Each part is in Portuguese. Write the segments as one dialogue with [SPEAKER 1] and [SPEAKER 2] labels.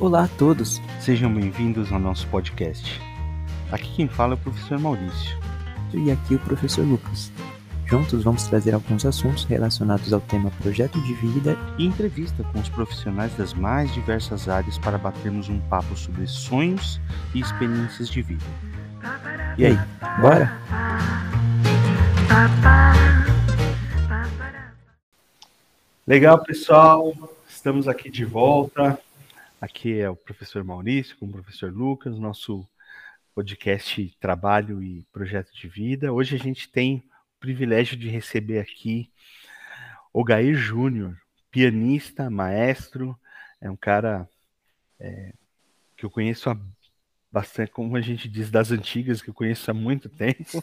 [SPEAKER 1] Olá a todos,
[SPEAKER 2] Sejam bem-vindos ao nosso podcast. Aqui quem fala é o professor Maurício.
[SPEAKER 1] e aqui o professor Lucas. Juntos vamos trazer alguns assuntos relacionados ao tema projeto de vida
[SPEAKER 2] E entrevista com os profissionais das mais diversas áreas para batermos um papo sobre sonhos e experiências de vida.
[SPEAKER 1] E aí, bora?
[SPEAKER 2] Legal, pessoal. Estamos aqui de volta. Aqui é o professor Maurício com o professor Lucas, nosso podcast Trabalho e Projeto de Vida. Hoje a gente tem o privilégio de receber aqui Ogair Júnior, pianista, maestro, é um cara que eu conheço há bastante, como a gente diz, das antigas, que eu conheço há muito tempo,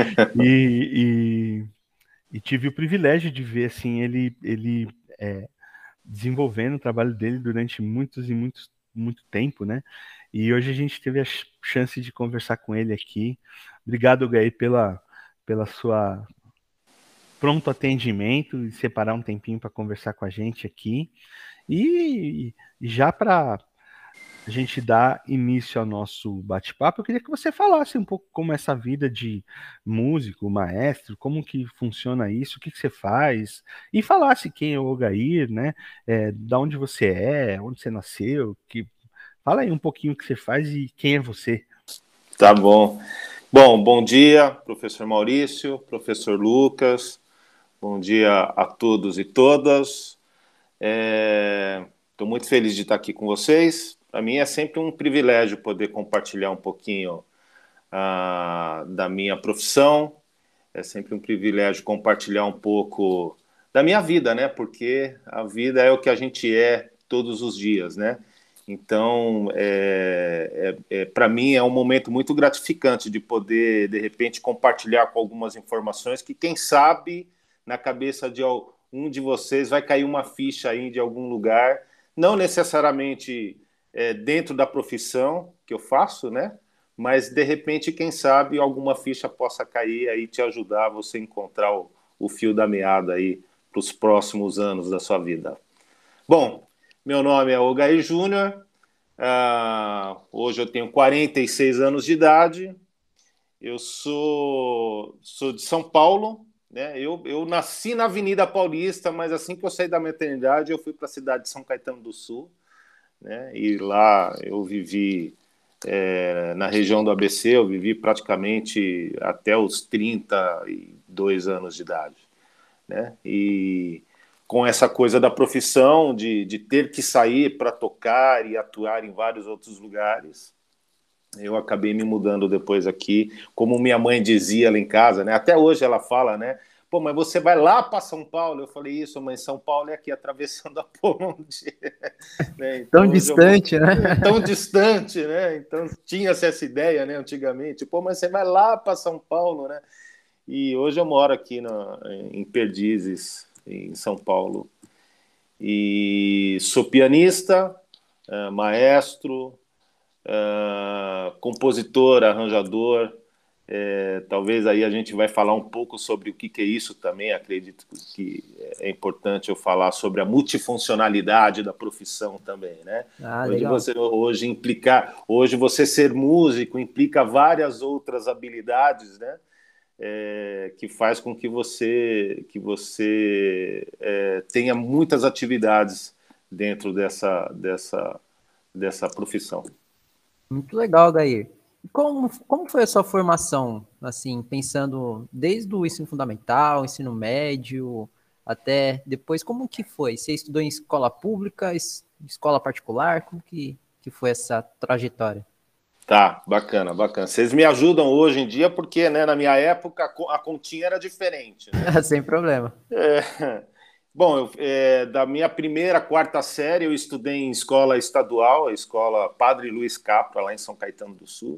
[SPEAKER 2] e tive o privilégio de ver assim, ele desenvolvendo o trabalho dele durante muito tempo, né? E hoje a gente teve a chance de conversar com ele aqui. Obrigado, Ogair, pela sua pronto atendimento e separar um tempinho para conversar com a gente aqui. E já para a gente dar início ao nosso bate-papo, eu queria que você falasse um pouco como é essa vida de músico, maestro, como que funciona isso, o que você faz, e falasse quem é o Ogair, né? Da onde você é, onde você nasceu, fala aí um pouquinho o que você faz e quem é você.
[SPEAKER 3] Tá bom. Bom dia, professor Maurício, professor Lucas, bom dia a todos e todas. Estou muito feliz de estar aqui com vocês. Para mim é sempre um privilégio poder compartilhar um pouquinho da minha profissão. É sempre um privilégio compartilhar um pouco da minha vida, né? Porque a vida é o que a gente é todos os dias, né? Então, para mim é um momento muito gratificante de poder, de repente, compartilhar com algumas informações que, quem sabe, na cabeça de um de vocês vai cair uma ficha aí de algum lugar, não necessariamente dentro da profissão que eu faço, né? Mas, de repente, quem sabe, alguma ficha possa cair aí, te ajudar a você encontrar o fio da meada aí para os próximos anos da sua vida. Bom, meu nome é Ogair Júnior, hoje eu tenho 46 anos de idade, eu sou de São Paulo, né? Eu nasci na Avenida Paulista, mas assim que eu saí da maternidade eu fui para a cidade de São Caetano do Sul, né? E lá eu vivi na região do ABC, eu vivi praticamente até os 32 anos de idade, né? E com essa coisa da profissão, de ter que sair para tocar e atuar em vários outros lugares, eu acabei me mudando depois aqui, como minha mãe dizia lá em casa, né? Até hoje ela fala, né? Pô, mas você vai lá para São Paulo? Eu falei, isso, mãe, São Paulo é aqui, atravessando a ponte. Né? Então,
[SPEAKER 1] tão distante, né?
[SPEAKER 3] Tão distante, né? Então tinha-se essa ideia, né, antigamente. Pô, mas você vai lá para São Paulo, né? E hoje eu moro aqui em Perdizes, em São Paulo. E sou pianista, maestro, compositor, arranjador. Talvez aí a gente vai falar um pouco sobre o que é isso também. Acredito que é importante eu falar sobre a multifuncionalidade da profissão também, né? Hoje você ser músico implica várias outras habilidades, né? Que faz com que você tenha muitas atividades dentro dessa profissão.
[SPEAKER 1] Muito legal, Gair. Como foi a sua formação, assim, pensando desde o ensino fundamental, ensino médio, até depois, como que foi? Você estudou em escola pública, escola particular? Como que foi essa trajetória?
[SPEAKER 3] Tá, bacana. Vocês me ajudam hoje em dia porque, né, na minha época a continha era diferente, né?
[SPEAKER 1] Sem problema.
[SPEAKER 3] Bom, da minha primeira à quarta série eu estudei em escola estadual, a escola Padre Luiz Capra, lá em São Caetano do Sul,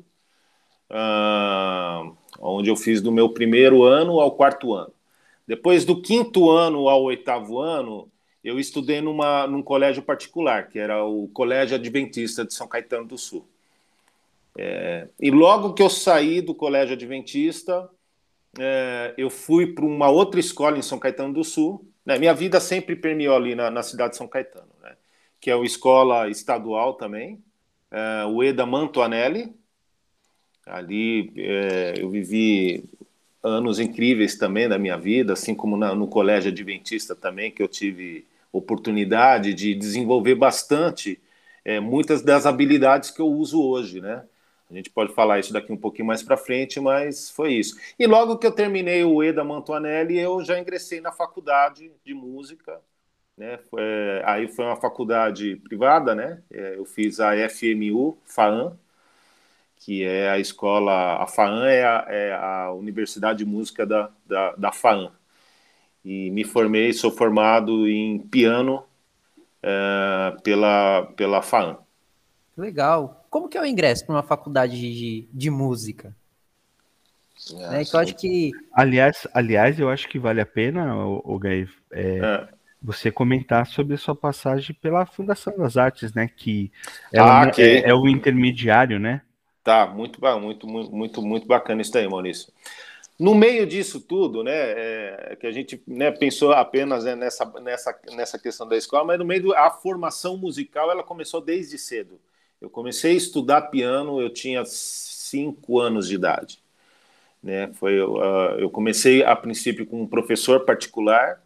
[SPEAKER 3] onde eu fiz do meu primeiro ano ao quarto ano. Depois do quinto ano ao oitavo ano, eu estudei num colégio particular, que era o Colégio Adventista de São Caetano do Sul. E logo que eu saí do Colégio Adventista, eu fui para uma outra escola em São Caetano do Sul, né? Minha vida sempre permeou ali na cidade de São Caetano, né? que é uma escola estadual também, o EDA Mantuanelli. Ali eu vivi anos incríveis também da minha vida, assim como no Colégio Adventista também, que eu tive oportunidade de desenvolver bastante muitas das habilidades que eu uso hoje, né? A gente pode falar isso daqui um pouquinho mais para frente, mas foi isso. E logo que eu terminei o EDA Mantuanelli, eu já ingressei na faculdade de música, né? Aí foi uma faculdade privada, né? Eu fiz a FMU, FAAM, que é a escola, a FAAM é a Universidade de Música da FAAM. E me formei, sou formado em piano pela FAAM.
[SPEAKER 1] Legal. Como que é o ingresso para uma faculdade de música? Né? Que eu acho que...
[SPEAKER 2] Aliás, eu acho que vale a pena, o Gaí, você comentar sobre a sua passagem pela Fundação das Artes, né? Que ela é o intermediário, né?
[SPEAKER 3] Tá, muito bacana isso aí, Maurício. No meio disso tudo, né, que a gente, né, pensou apenas, né, nessa questão da escola, mas no meio a formação musical ela começou desde cedo. Eu comecei a estudar piano, eu tinha 5 anos de idade. Né? Eu comecei a princípio com um professor particular,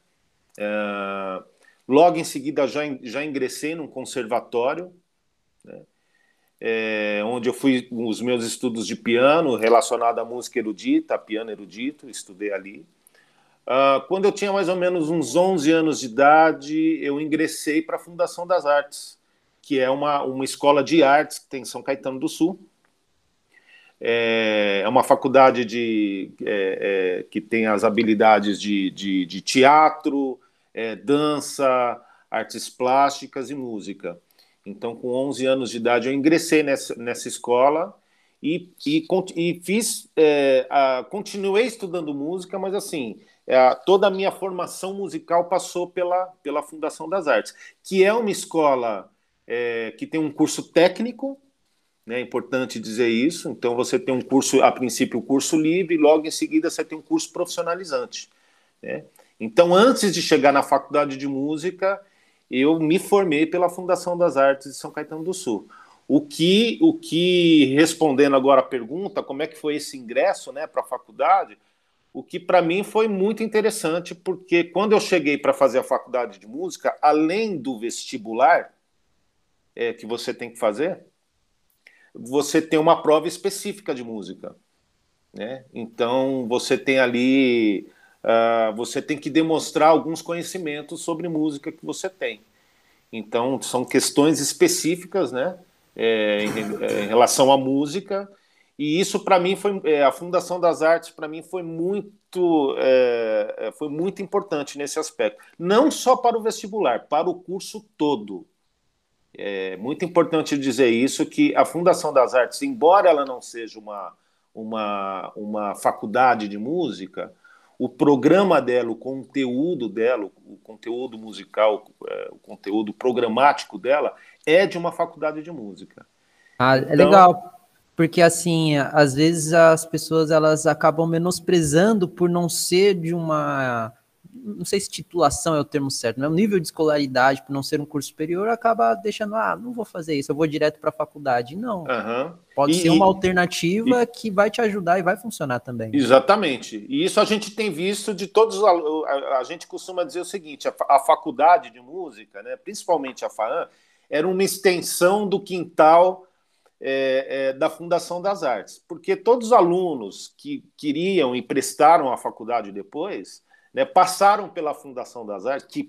[SPEAKER 3] logo em seguida já ingressei num conservatório, né? Onde eu fui os meus estudos de piano relacionado à música erudita, a piano erudito, estudei ali. Quando eu tinha mais ou menos uns 11 anos de idade, eu ingressei para a Fundação das Artes, que é uma escola de artes que tem em São Caetano do Sul. É uma faculdade que tem as habilidades de teatro, dança, artes plásticas e música. Então, com 11 anos de idade, eu ingressei nessa escola e continuei estudando música, mas assim, toda a minha formação musical passou pela Fundação das Artes, que é uma escola que tem um curso técnico, né, é importante dizer isso. Então, você tem um curso, a princípio, o curso livre, e logo em seguida você tem um curso profissionalizante, né? Então, antes de chegar na faculdade de música, eu me formei pela Fundação das Artes de São Caetano do Sul. O que respondendo agora a pergunta, como é que foi esse ingresso, né, para a faculdade, o que para mim foi muito interessante, porque quando eu cheguei para fazer a faculdade de música, além do vestibular que você tem que fazer, você tem uma prova específica de música, né? Então, você tem ali... você tem que demonstrar alguns conhecimentos sobre música que você tem. Então, são questões específicas, né, em relação à música, e isso, para mim, a Fundação das Artes, para mim, foi muito importante nesse aspecto. Não só para o vestibular, para o curso todo. É muito importante dizer isso, que a Fundação das Artes, embora ela não seja uma faculdade de música, o programa dela, o conteúdo musical, o conteúdo programático dela é de uma faculdade de música.
[SPEAKER 1] É legal, porque assim, às vezes as pessoas elas acabam menosprezando por não ser de uma... Não sei se titulação é o termo certo, né? O nível de escolaridade, por não ser um curso superior, acaba deixando, não vou fazer isso, eu vou direto para a faculdade. Não. Pode ser uma alternativa que vai te ajudar e vai funcionar também.
[SPEAKER 3] Exatamente. E isso a gente tem visto de todos os alunos. A gente costuma dizer o seguinte: a faculdade de música, né, principalmente a FAAM, era uma extensão do quintal da Fundação das Artes. Porque todos os alunos que queriam e prestaram a faculdade depois, né, passaram pela Fundação das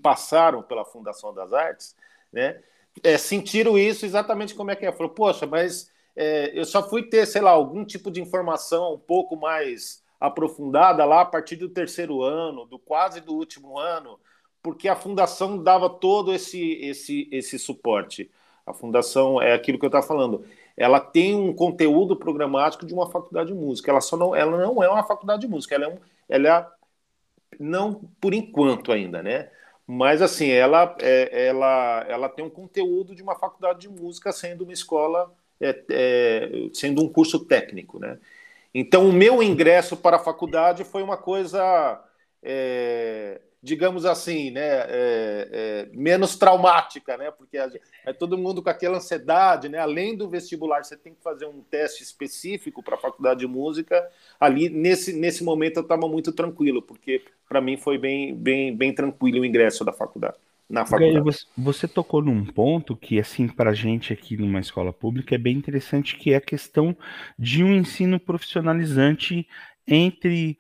[SPEAKER 3] Artes, né, sentiram isso exatamente como é que é. Falou, poxa, mas eu só fui ter, sei lá, algum tipo de informação um pouco mais aprofundada lá a partir do 3º ano, quase do último ano, porque a Fundação dava todo esse suporte. A Fundação é aquilo que eu estava falando. Ela tem um conteúdo programático de uma faculdade de música. Ela não é uma faculdade de música. Ela não por enquanto ainda, né? Mas assim, ela tem um conteúdo de uma faculdade de música, sendo uma escola, sendo um curso técnico, né? Então, o meu ingresso para a faculdade foi uma coisa digamos assim, né, menos traumática, né, porque todo mundo com aquela ansiedade, né, além do vestibular, você tem que fazer um teste específico para a faculdade de música. Ali, nesse momento, eu estava muito tranquilo, porque para mim foi bem tranquilo o ingresso na
[SPEAKER 2] Gael,
[SPEAKER 3] faculdade.
[SPEAKER 2] você tocou num ponto que, assim, para a gente aqui numa escola pública é bem interessante, que é a questão de um ensino profissionalizante entre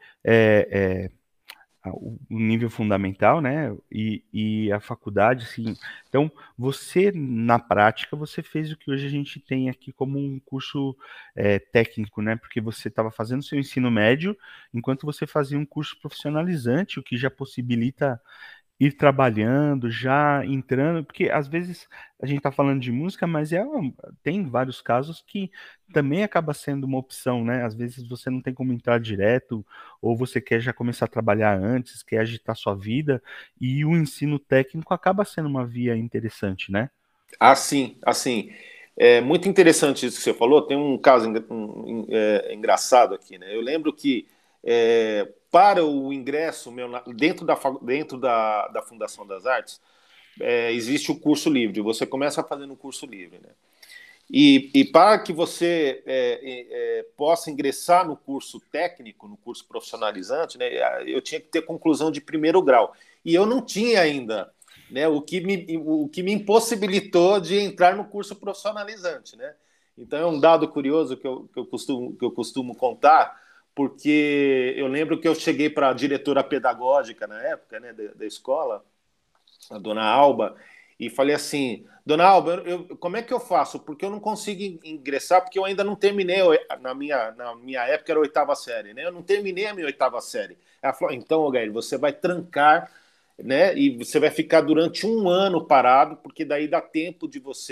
[SPEAKER 2] o nível fundamental, né, e a faculdade, sim. Então, você, na prática, você fez o que hoje a gente tem aqui como um curso técnico, né, porque você estava fazendo seu ensino médio, enquanto você fazia um curso profissionalizante, o que já possibilita ir trabalhando, já entrando, porque às vezes a gente está falando de música, mas tem vários casos que também acaba sendo uma opção, né? Às vezes você não tem como entrar direto, ou você quer já começar a trabalhar antes, quer agitar sua vida, e o ensino técnico acaba sendo uma via interessante, né?
[SPEAKER 3] Assim, é muito interessante isso que você falou. Tem um caso engraçado aqui, né? Eu lembro que para o ingresso meu dentro da Fundação das Artes existe o curso livre. Você começa fazendo o curso livre, né? E para que você possa ingressar no curso técnico, no curso profissionalizante, né, eu tinha que ter conclusão de primeiro grau. E eu não tinha ainda, né, o que me impossibilitou de entrar no curso profissionalizante. Né? Então é um dado curioso que eu costumo contar, porque eu lembro que eu cheguei para a diretora pedagógica na época, né, da escola, a dona Alba, e falei assim: Dona Alba, como é que eu faço? Porque eu não consigo ingressar, porque eu ainda não terminei, na minha época era a oitava série, né? Eu não terminei a minha oitava série. Ela falou: então, Gael, você vai trancar, né? E você vai ficar durante um ano parado, porque daí dá tempo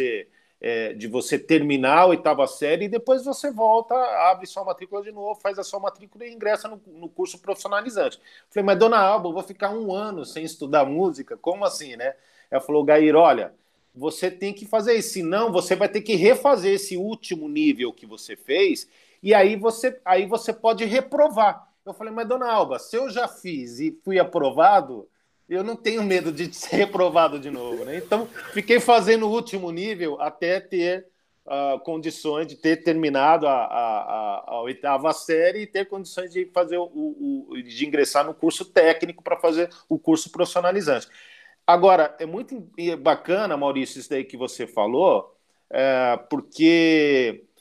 [SPEAKER 3] de você terminar a oitava série e depois você volta, abre sua matrícula de novo, faz a sua matrícula e ingressa no curso profissionalizante. Falei: mas dona Alba, eu vou ficar um ano sem estudar música? Como assim, né? Ela falou: Gair, olha, você tem que fazer isso, senão você vai ter que refazer esse último nível que você fez e aí você pode reprovar. Eu falei: mas dona Alba, se eu já fiz e fui aprovado, eu não tenho medo de ser reprovado de novo, né? Então, fiquei fazendo o último nível até ter condições de ter terminado a oitava série e ter condições de fazer de ingressar no curso técnico para fazer o curso profissionalizante. Agora, é muito bacana, Maurício, isso daí que você falou, porque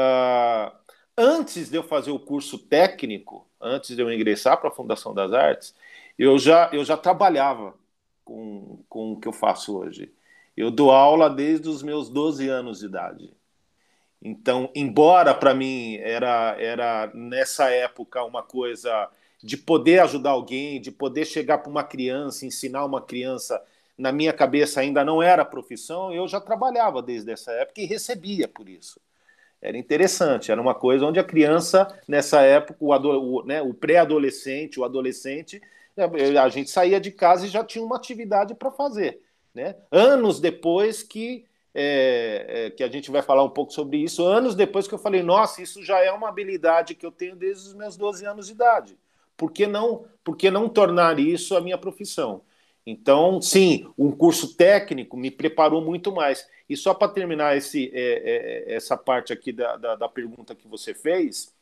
[SPEAKER 3] antes de eu fazer o curso técnico, antes de eu ingressar para a Fundação das Artes, eu já trabalhava com o que eu faço hoje. Eu dou aula desde os meus 12 anos de idade. Então, embora para mim era nessa época uma coisa de poder ajudar alguém, de poder chegar para uma criança, ensinar uma criança, na minha cabeça ainda não era profissão, eu já trabalhava desde essa época e recebia por isso. Era interessante, era uma coisa onde a criança, nessa época, o pré-adolescente, o adolescente, a gente saía de casa e já tinha uma atividade para fazer. Né? Anos depois que a gente vai falar um pouco sobre isso, anos depois que eu falei: nossa, isso já é uma habilidade que eu tenho desde os meus 12 anos de idade. Por que não tornar isso a minha profissão? Então, sim, um curso técnico me preparou muito mais. E só para terminar essa parte aqui da pergunta que você fez,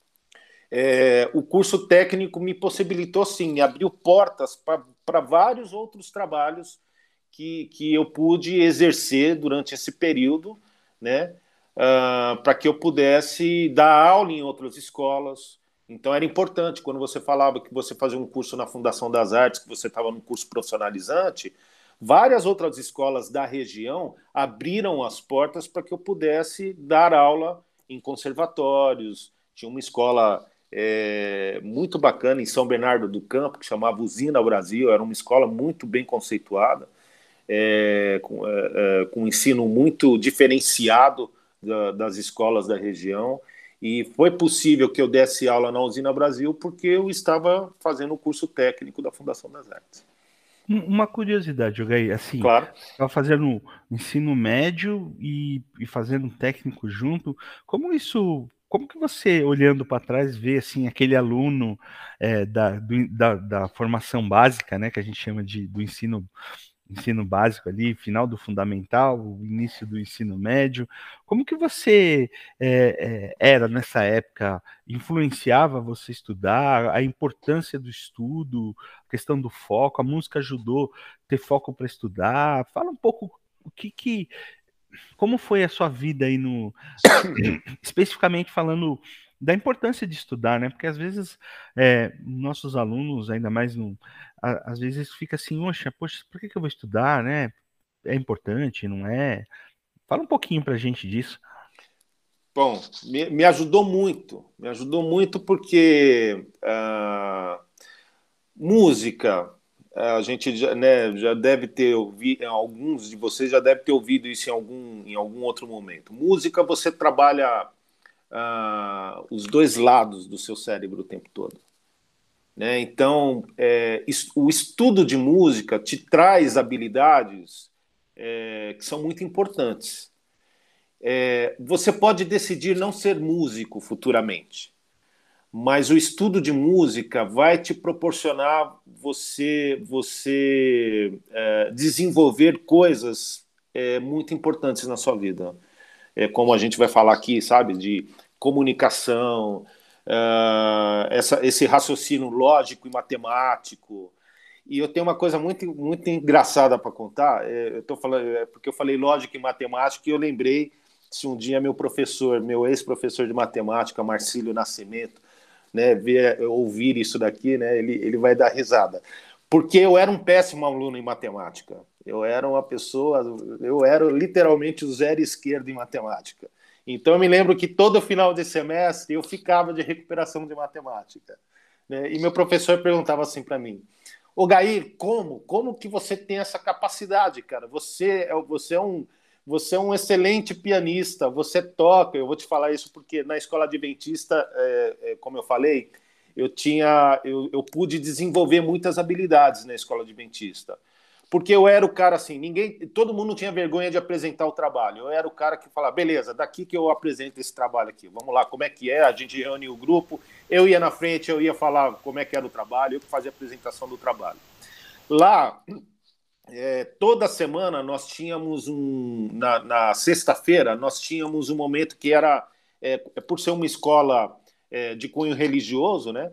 [SPEAKER 3] o curso técnico me possibilitou, sim, me abriu portas para vários outros trabalhos que eu pude exercer durante esse período, né, para que eu pudesse dar aula em outras escolas. Então era importante, quando você falava que você fazia um curso na Fundação das Artes, que você estava num curso profissionalizante, várias outras escolas da região abriram as portas para que eu pudesse dar aula em conservatórios. Tinha uma escola muito bacana em São Bernardo do Campo, que chamava Usina Brasil, era uma escola muito bem conceituada, com um ensino muito diferenciado das escolas da região. E foi possível que eu desse aula na Usina Brasil porque eu estava fazendo o curso técnico da Fundação das Artes.
[SPEAKER 2] Uma curiosidade, Joguei, assim,
[SPEAKER 3] Claro.
[SPEAKER 2] você estava fazendo ensino médio e fazendo um técnico junto, como isso como que você, olhando para trás, vê assim, aquele aluno da formação básica, né, que a gente chama do ensino básico ali, final do fundamental, o início do ensino médio. Como que você era nessa época? Influenciava você estudar? A importância do estudo, a questão do foco, a música ajudou a ter foco para estudar? Fala um pouco como foi a sua vida aí especificamente falando da importância de estudar, né? Porque às vezes nossos alunos, ainda mais às vezes fica assim, poxa, por que eu vou estudar, né? É importante, não é? Fala um pouquinho pra gente disso.
[SPEAKER 3] Bom, me ajudou muito porque música, a gente já, né, já deve ter ouvido, alguns de vocês já devem ter ouvido isso em algum outro momento. Música, você trabalha os dois lados do seu cérebro o tempo todo. Né? Então, o estudo de música te traz habilidades que são muito importantes. Você pode decidir não ser músico futuramente, mas o estudo de música vai te proporcionar você desenvolver coisas muito importantes na sua vida. Como a gente vai falar aqui, sabe, de comunicação, esse raciocínio lógico e matemático. E eu tenho uma coisa muito, muito engraçada para contar. Eu tô falando, porque eu falei lógica e matemática e eu lembrei se um dia meu ex-professor de matemática, Marcílio Nascimento, né, ouvir isso daqui, né, ele vai dar risada. Porque eu era um péssimo aluno em matemática. Eu era literalmente o zero esquerdo em matemática. Então eu me lembro que todo final de semestre eu ficava de recuperação de matemática. Né? E meu professor perguntava assim para mim: ô Gair, como que você tem essa capacidade, cara? Você é um excelente pianista, você toca. Eu vou te falar isso porque na escola adventista, como eu falei, eu pude desenvolver muitas habilidades na escola adventista. Porque eu era o cara assim, todo mundo tinha vergonha de apresentar o trabalho. Eu era o cara que falava, beleza, daqui que eu apresento esse trabalho aqui. Vamos lá, como é que é? A gente reúne o grupo, eu ia na frente, eu ia falar como é que era o trabalho, eu que fazia a apresentação do trabalho. Lá, toda semana nós tínhamos na sexta-feira, nós tínhamos um momento que era, por ser uma escola de cunho religioso, né?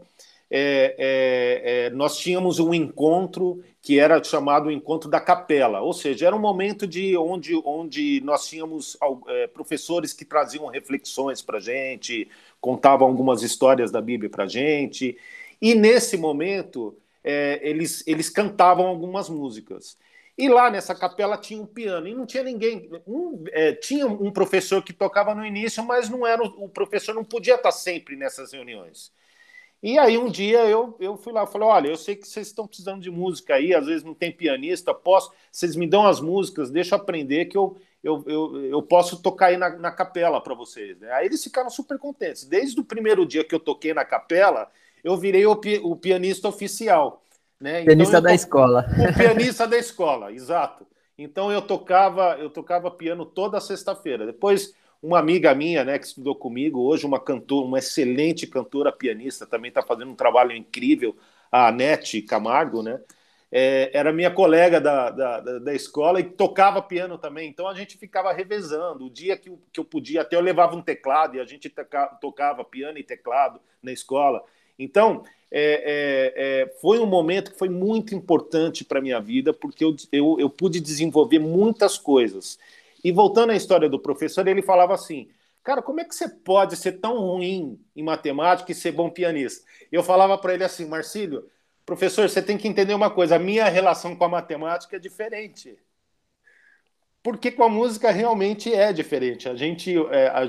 [SPEAKER 3] Nós tínhamos um encontro que era chamado o Encontro da Capela, ou seja, era um momento onde nós tínhamos professores que traziam reflexões para a gente, contavam algumas histórias da Bíblia para a gente, e nesse momento eles cantavam algumas músicas. E lá nessa capela tinha um piano, e não tinha ninguém. Tinha um professor que tocava no início, mas não era o professor não podia estar sempre nessas reuniões. E aí um dia eu fui lá e falei, olha, eu sei que vocês estão precisando de música aí, às vezes não tem pianista, vocês me dão as músicas, deixa eu aprender que eu posso tocar aí na capela para vocês. Né? Aí eles ficaram super contentes. Desde o primeiro dia que eu toquei na capela, eu virei o pianista oficial. Né?
[SPEAKER 1] Pianista da escola.
[SPEAKER 3] O pianista da escola, exato. Então eu tocava piano toda sexta-feira. Depois uma amiga minha, né, que estudou comigo, hoje uma excelente cantora pianista, também está fazendo um trabalho incrível, a Anete Camargo, né? Era minha colega da escola e tocava piano também. Então a gente ficava revezando. O dia que eu podia, até eu levava um teclado e a gente tocava piano e teclado na escola. Então foi um momento que foi muito importante para a minha vida, porque eu pude desenvolver muitas coisas. E voltando à história do professor, ele falava assim, cara, como é que você pode ser tão ruim em matemática e ser bom pianista? Eu falava para ele assim, Marcílio, professor, você tem que entender uma coisa, a minha relação com a matemática é diferente. Porque com a música realmente é diferente. A gente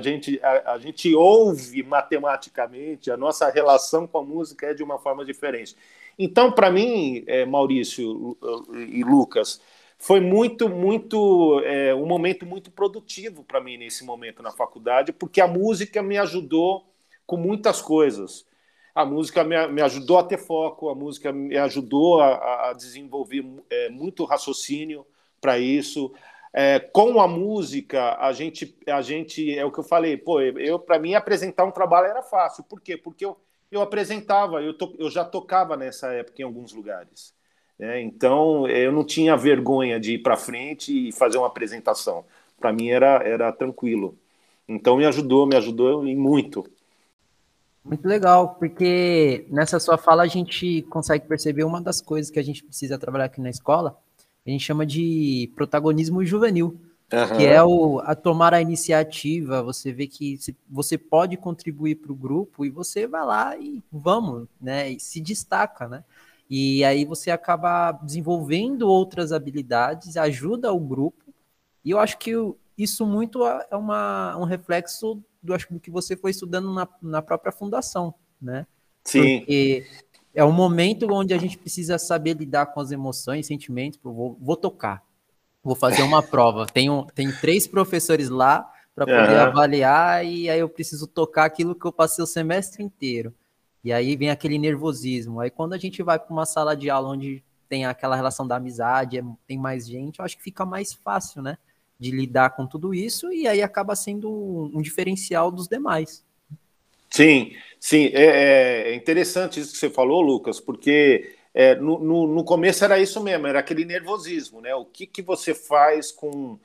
[SPEAKER 3] ouve matematicamente, a nossa relação com a música é de uma forma diferente. Então, para mim, Maurício e Lucas, foi um momento muito produtivo para mim nesse momento na faculdade, porque a música me ajudou com muitas coisas. A música me ajudou a ter foco, a música me ajudou a desenvolver muito raciocínio para isso. com a música, a gente, é o que eu falei, pô, para mim apresentar um trabalho era fácil. Por quê? Porque eu apresentava, eu já tocava nessa época em alguns lugares. Né? Então, eu não tinha vergonha de ir para frente e fazer uma apresentação. Para mim era tranquilo. Então, me ajudou e muito.
[SPEAKER 1] Muito legal, porque nessa sua fala a gente consegue perceber uma das coisas que a gente precisa trabalhar aqui na escola, a gente chama de protagonismo juvenil, que é a tomar a iniciativa, você vê que você pode contribuir para o grupo e você vai lá e vamos, né, e se destaca, né? E aí você acaba desenvolvendo outras habilidades, ajuda o grupo, e eu acho que isso muito é um reflexo do que você foi estudando na própria fundação, né?
[SPEAKER 3] Sim.
[SPEAKER 1] Porque é um momento onde a gente precisa saber lidar com as emoções, sentimentos. Vou tocar, vou fazer uma prova. Tem 3 professores lá para poder avaliar e aí eu preciso tocar aquilo que eu passei o semestre inteiro. E aí vem aquele nervosismo. Aí quando a gente vai para uma sala de aula onde tem aquela relação da amizade, tem mais gente, eu acho que fica mais fácil, né? De lidar com tudo isso, e aí acaba sendo um diferencial dos demais.
[SPEAKER 3] Sim, sim. É interessante isso que você falou, Lucas, porque no começo era isso mesmo, era aquele nervosismo, né? O que você faz com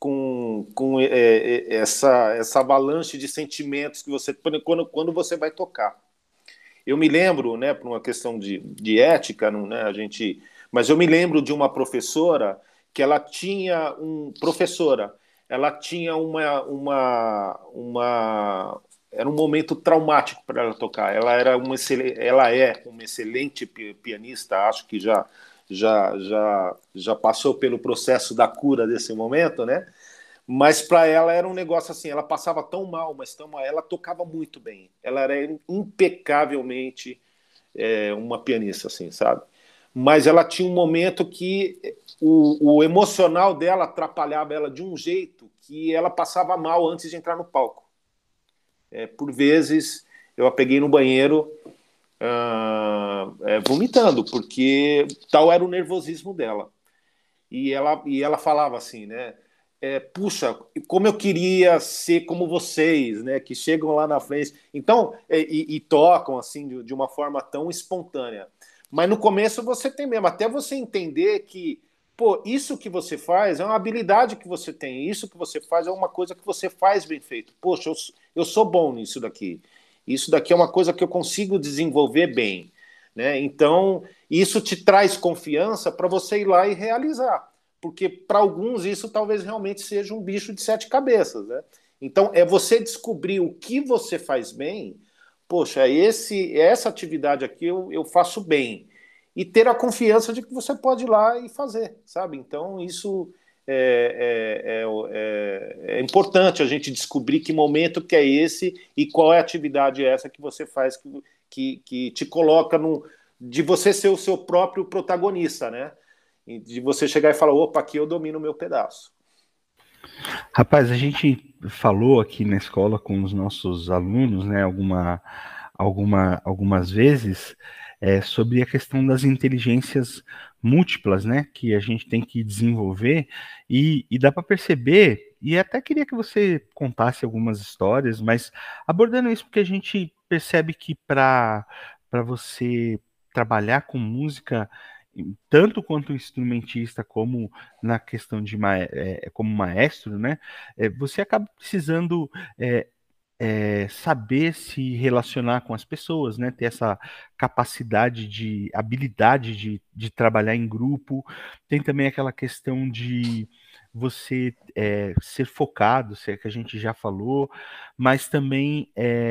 [SPEAKER 3] essa avalanche de sentimentos que você quando você vai tocar. Eu me lembro, né, por uma questão de ética, não, né, mas eu me lembro de uma professora que ela tinha ela tinha era um momento traumático para ela tocar. Ela é uma excelente pianista, acho que já passou pelo processo da cura desse momento, né? Mas para ela era um negócio assim, ela passava tão mal, mas tão mal, ela tocava muito bem. Ela era impecavelmente uma pianista, assim, sabe? Mas ela tinha um momento que o emocional dela atrapalhava ela de um jeito que ela passava mal antes de entrar no palco. Por vezes eu a peguei no banheiro vomitando, porque tal era o nervosismo dela. E ela falava assim, né? Puxa, como eu queria ser como vocês, né? Que chegam lá na frente. Então, e tocam assim de uma forma tão espontânea. Mas no começo você tem mesmo, até você entender que, pô, isso que você faz é uma habilidade que você tem, isso que você faz é uma coisa que você faz bem feito. Poxa, eu sou bom nisso daqui. Isso daqui é uma coisa que eu consigo desenvolver bem. Né? Então, isso te traz confiança para você ir lá e realizar. Porque para alguns isso talvez realmente seja um bicho de 7 cabeças. Né? Então, é você descobrir o que você faz bem. Poxa, essa atividade aqui eu faço bem. E ter a confiança de que você pode ir lá e fazer, sabe? Então, isso é importante a gente descobrir que momento que é esse e qual é a atividade essa que você faz que te coloca de você ser o seu próprio protagonista, né? De você chegar e falar, opa, aqui eu domino o meu pedaço.
[SPEAKER 2] Rapaz, a gente falou aqui na escola com os nossos alunos, né, algumas vezes, sobre a questão das inteligências múltiplas, né, que a gente tem que desenvolver, e dá para perceber, e até queria que você contasse algumas histórias, mas abordando isso porque a gente percebe que para você trabalhar com música, tanto quanto instrumentista como na questão de como maestro, né? Você acaba precisando saber se relacionar com as pessoas, né? Ter essa capacidade de habilidade de trabalhar em grupo. Tem também aquela questão de você ser focado, se é que a gente já falou, mas também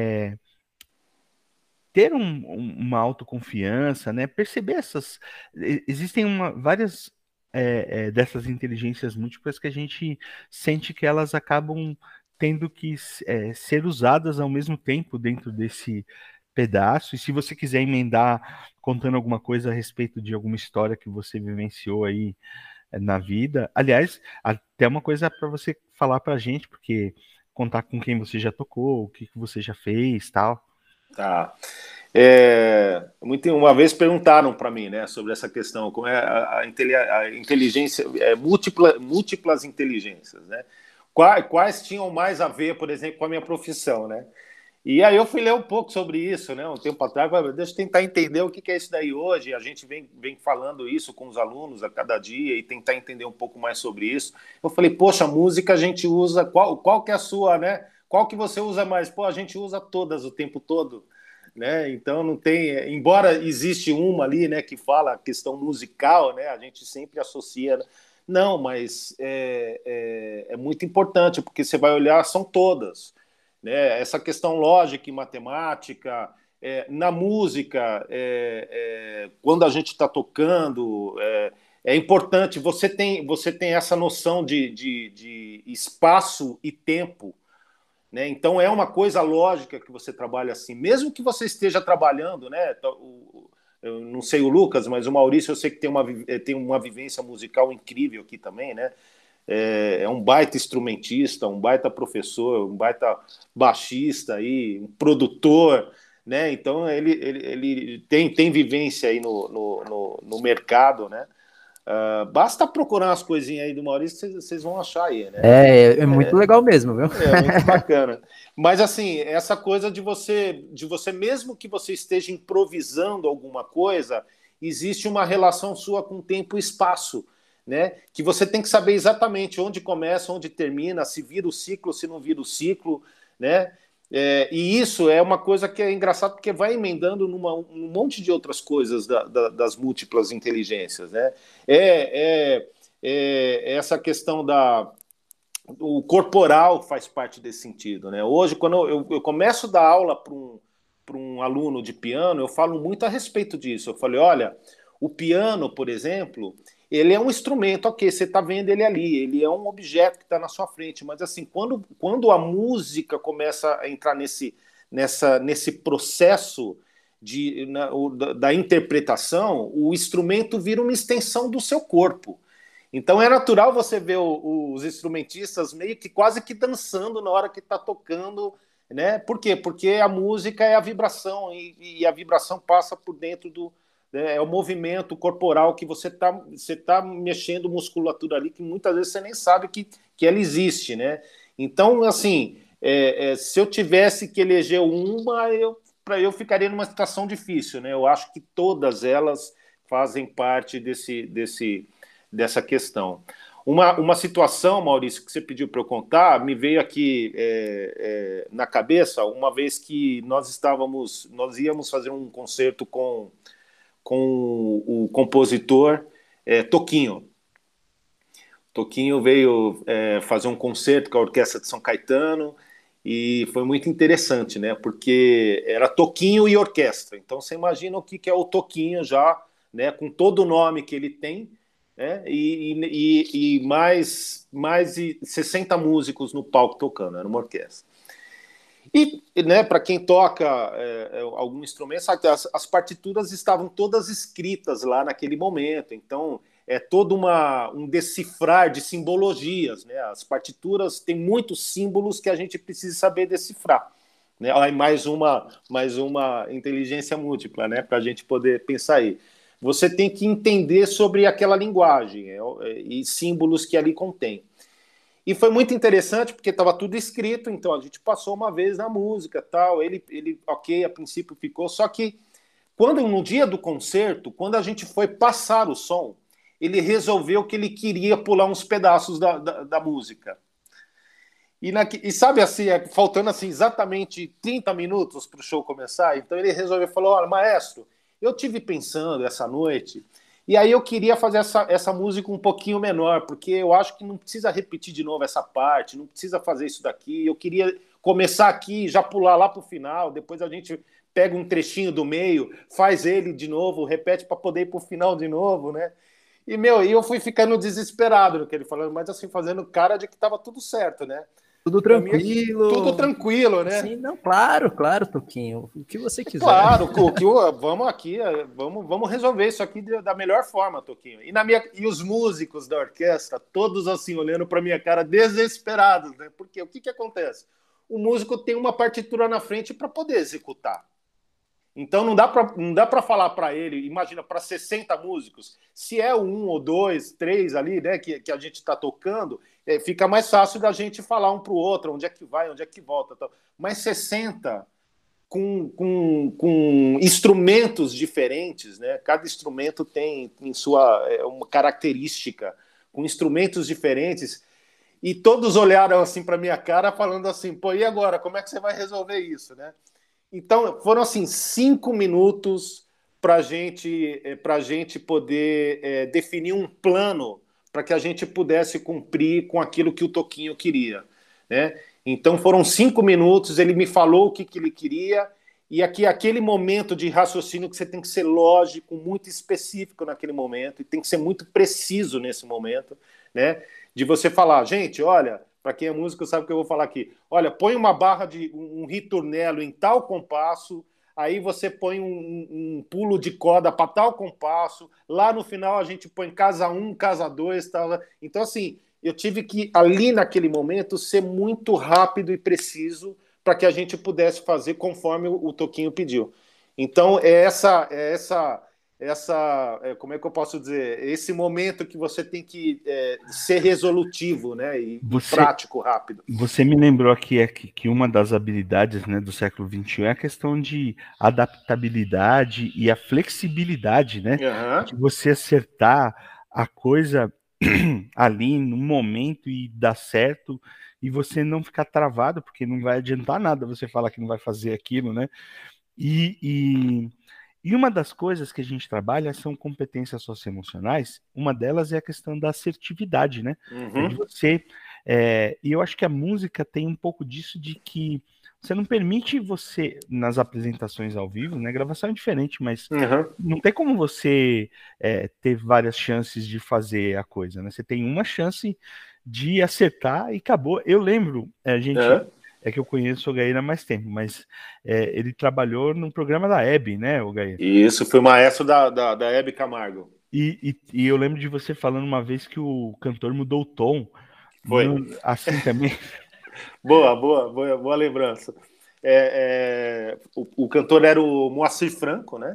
[SPEAKER 2] ter uma autoconfiança, né? Perceber existem várias dessas inteligências múltiplas que a gente sente que elas acabam tendo que ser usadas ao mesmo tempo dentro desse pedaço. E se você quiser emendar contando alguma coisa a respeito de alguma história que você vivenciou aí na vida, aliás, até uma coisa para você falar para a gente, porque contar com quem você já tocou, o que você já fez, tal.
[SPEAKER 3] Tá. Uma vez perguntaram para mim, né, sobre essa questão, como é a inteligência, múltiplas inteligências, né? Quais tinham mais a ver, por exemplo, com a minha profissão, né? E aí eu fui ler um pouco sobre isso, né, um tempo atrás, deixa eu tentar entender o que é isso daí hoje. A gente vem falando isso com os alunos a cada dia e tentar entender um pouco mais sobre isso. Eu falei, poxa, a música a gente usa, qual que é a sua, né? Qual que você usa mais? Pô, a gente usa todas o tempo todo, né? Então não tem, embora existe uma ali, né, que fala a questão musical, né, a gente sempre associa, não, mas é muito importante, porque você vai olhar, são todas, né? Essa questão lógica e matemática, na música, quando a gente está tocando, é importante, você tem essa noção de espaço e tempo, né? Então é uma coisa lógica que você trabalha assim, mesmo que você esteja trabalhando, né? Eu não sei o Lucas, mas o Maurício eu sei que tem uma vivência musical incrível aqui também, né? É um baita instrumentista, um baita professor, um baita baixista aí, um produtor, né? Então ele tem vivência aí no mercado, né? Basta procurar umas coisinhas aí do Maurício, vocês vão achar aí, né?
[SPEAKER 1] É muito legal mesmo, viu?
[SPEAKER 3] É muito bacana. Mas assim, essa coisa de você mesmo que você esteja improvisando alguma coisa, existe uma relação sua com tempo e espaço, né? Que você tem que saber exatamente onde começa, onde termina, se vira o ciclo, se não vira o ciclo, né? E isso é uma coisa que é engraçado porque vai emendando um monte de outras coisas das múltiplas inteligências, né? Essa questão o corporal faz parte desse sentido, né? Hoje, quando eu começo a dar aula para um aluno de piano, eu falo muito a respeito disso. Eu falei, olha, o piano, por exemplo, ele é um instrumento, ok, você está vendo ele ali, ele é um objeto que está na sua frente, mas assim, quando a música começa a entrar nesse processo da interpretação, o instrumento vira uma extensão do seu corpo. Então é natural você ver os instrumentistas meio que quase que dançando na hora que está tocando, né? Por quê? Porque a música é a vibração e a vibração passa por dentro é o movimento corporal que você tá mexendo musculatura ali que muitas vezes você nem sabe que ela existe, né? Então, assim, se eu tivesse que eleger uma, eu ficaria numa situação difícil, né? Eu acho que todas elas fazem parte dessa questão. Uma situação, Maurício, que você pediu para eu contar, me veio aqui na cabeça, uma vez que nós íamos fazer um concerto com o compositor Toquinho. Toquinho veio fazer um concerto com a Orquestra de São Caetano e foi muito interessante, né? Porque era Toquinho e orquestra. Então você imagina o que é o Toquinho já, né? Com todo o nome que ele tem, né? E mais de 60 músicos no palco tocando, era uma orquestra. E, né, para quem toca algum instrumento, sabe, as partituras estavam todas escritas lá naquele momento, então é todo um decifrar de simbologias, né? As partituras têm muitos símbolos que a gente precisa saber decifrar, né? Aí mais uma inteligência múltipla, né, para a gente poder pensar aí. Você tem que entender sobre aquela linguagem e símbolos que ali contém. E foi muito interessante porque estava tudo escrito, então a gente passou uma vez na música, tal. Ele ok, a princípio ficou, só que no dia do concerto, quando a gente foi passar o som, ele resolveu que ele queria pular uns pedaços da música. E sabe assim, faltando assim exatamente 30 minutos para o show começar, então ele resolveu, falou, olha, maestro, eu tive pensando essa noite, e aí eu queria fazer essa música um pouquinho menor, porque eu acho que não precisa repetir de novo essa parte, não precisa fazer isso daqui, eu queria começar aqui e já pular lá para o final, depois a gente pega um trechinho do meio, faz ele de novo, repete para poder ir para o final de novo, né? E, eu fui ficando desesperado no que ele falando, mas assim, fazendo cara de que estava tudo certo, né?
[SPEAKER 1] Tudo tranquilo.
[SPEAKER 3] Tudo tranquilo, né?
[SPEAKER 1] Sim, não, claro, Toquinho. O que você quiser.
[SPEAKER 3] Claro, vamos aqui, vamos resolver isso aqui da melhor forma, Toquinho. E os músicos da orquestra, todos assim, olhando para minha cara, desesperados, né? Porque o que acontece? O músico tem uma partitura na frente para poder executar. Então não dá para falar para ele, imagina, para 60 músicos, se é um ou dois, três ali, né, que a gente está tocando, fica mais fácil da gente falar um para o outro, onde é que vai, onde é que volta. Tal. Mas 60 com instrumentos diferentes, né? Cada instrumento tem em sua uma característica, com instrumentos diferentes, e todos olharam assim para minha cara falando assim, pô, e agora, como é que você vai resolver isso, né? Então, foram assim 5 minutos para a gente poder definir um plano para que a gente pudesse cumprir com aquilo que o Toquinho queria, né? Então, foram 5 minutos, ele me falou o que ele queria, e aquele momento de raciocínio que você tem que ser lógico, muito específico naquele momento, e tem que ser muito preciso nesse momento, né? De você falar, gente, olha, para quem é músico sabe o que eu vou falar aqui. Olha, põe uma barra de um ritornelo em tal compasso, aí você põe um pulo de corda para tal compasso, lá no final a gente põe casa 1, casa 2, tal. Então, assim, eu tive que, ali naquele momento, ser muito rápido e preciso para que a gente pudesse fazer conforme o Toquinho pediu. Então, como é que eu posso dizer? Esse momento que você tem que ser resolutivo, né? E prático, rápido.
[SPEAKER 2] Você me lembrou aqui que uma das habilidades, né, do século XXI é a questão de adaptabilidade e a flexibilidade, né?
[SPEAKER 3] Uhum.
[SPEAKER 2] De você acertar a coisa ali no momento e dar certo e você não ficar travado, porque não vai adiantar nada você falar que não vai fazer aquilo, né? E uma das coisas que a gente trabalha são competências socioemocionais. Uma delas é a questão da assertividade, né? É de você. E eu acho que a música tem um pouco disso de que você não permite você, nas apresentações ao vivo, né? Gravação é diferente, mas não tem como você ter várias chances de fazer a coisa, né? Você tem uma chance de acertar e acabou. Eu lembro, é que eu conheço o Gair há mais tempo, mas ele trabalhou no programa da Hebe, né, o Gair?
[SPEAKER 3] Isso, foi maestro da Hebe Camargo.
[SPEAKER 2] E eu lembro de você falando uma vez que o cantor mudou o tom.
[SPEAKER 3] Foi.
[SPEAKER 2] Assim também.
[SPEAKER 3] Boa lembrança. O cantor era o Moacir Franco, né?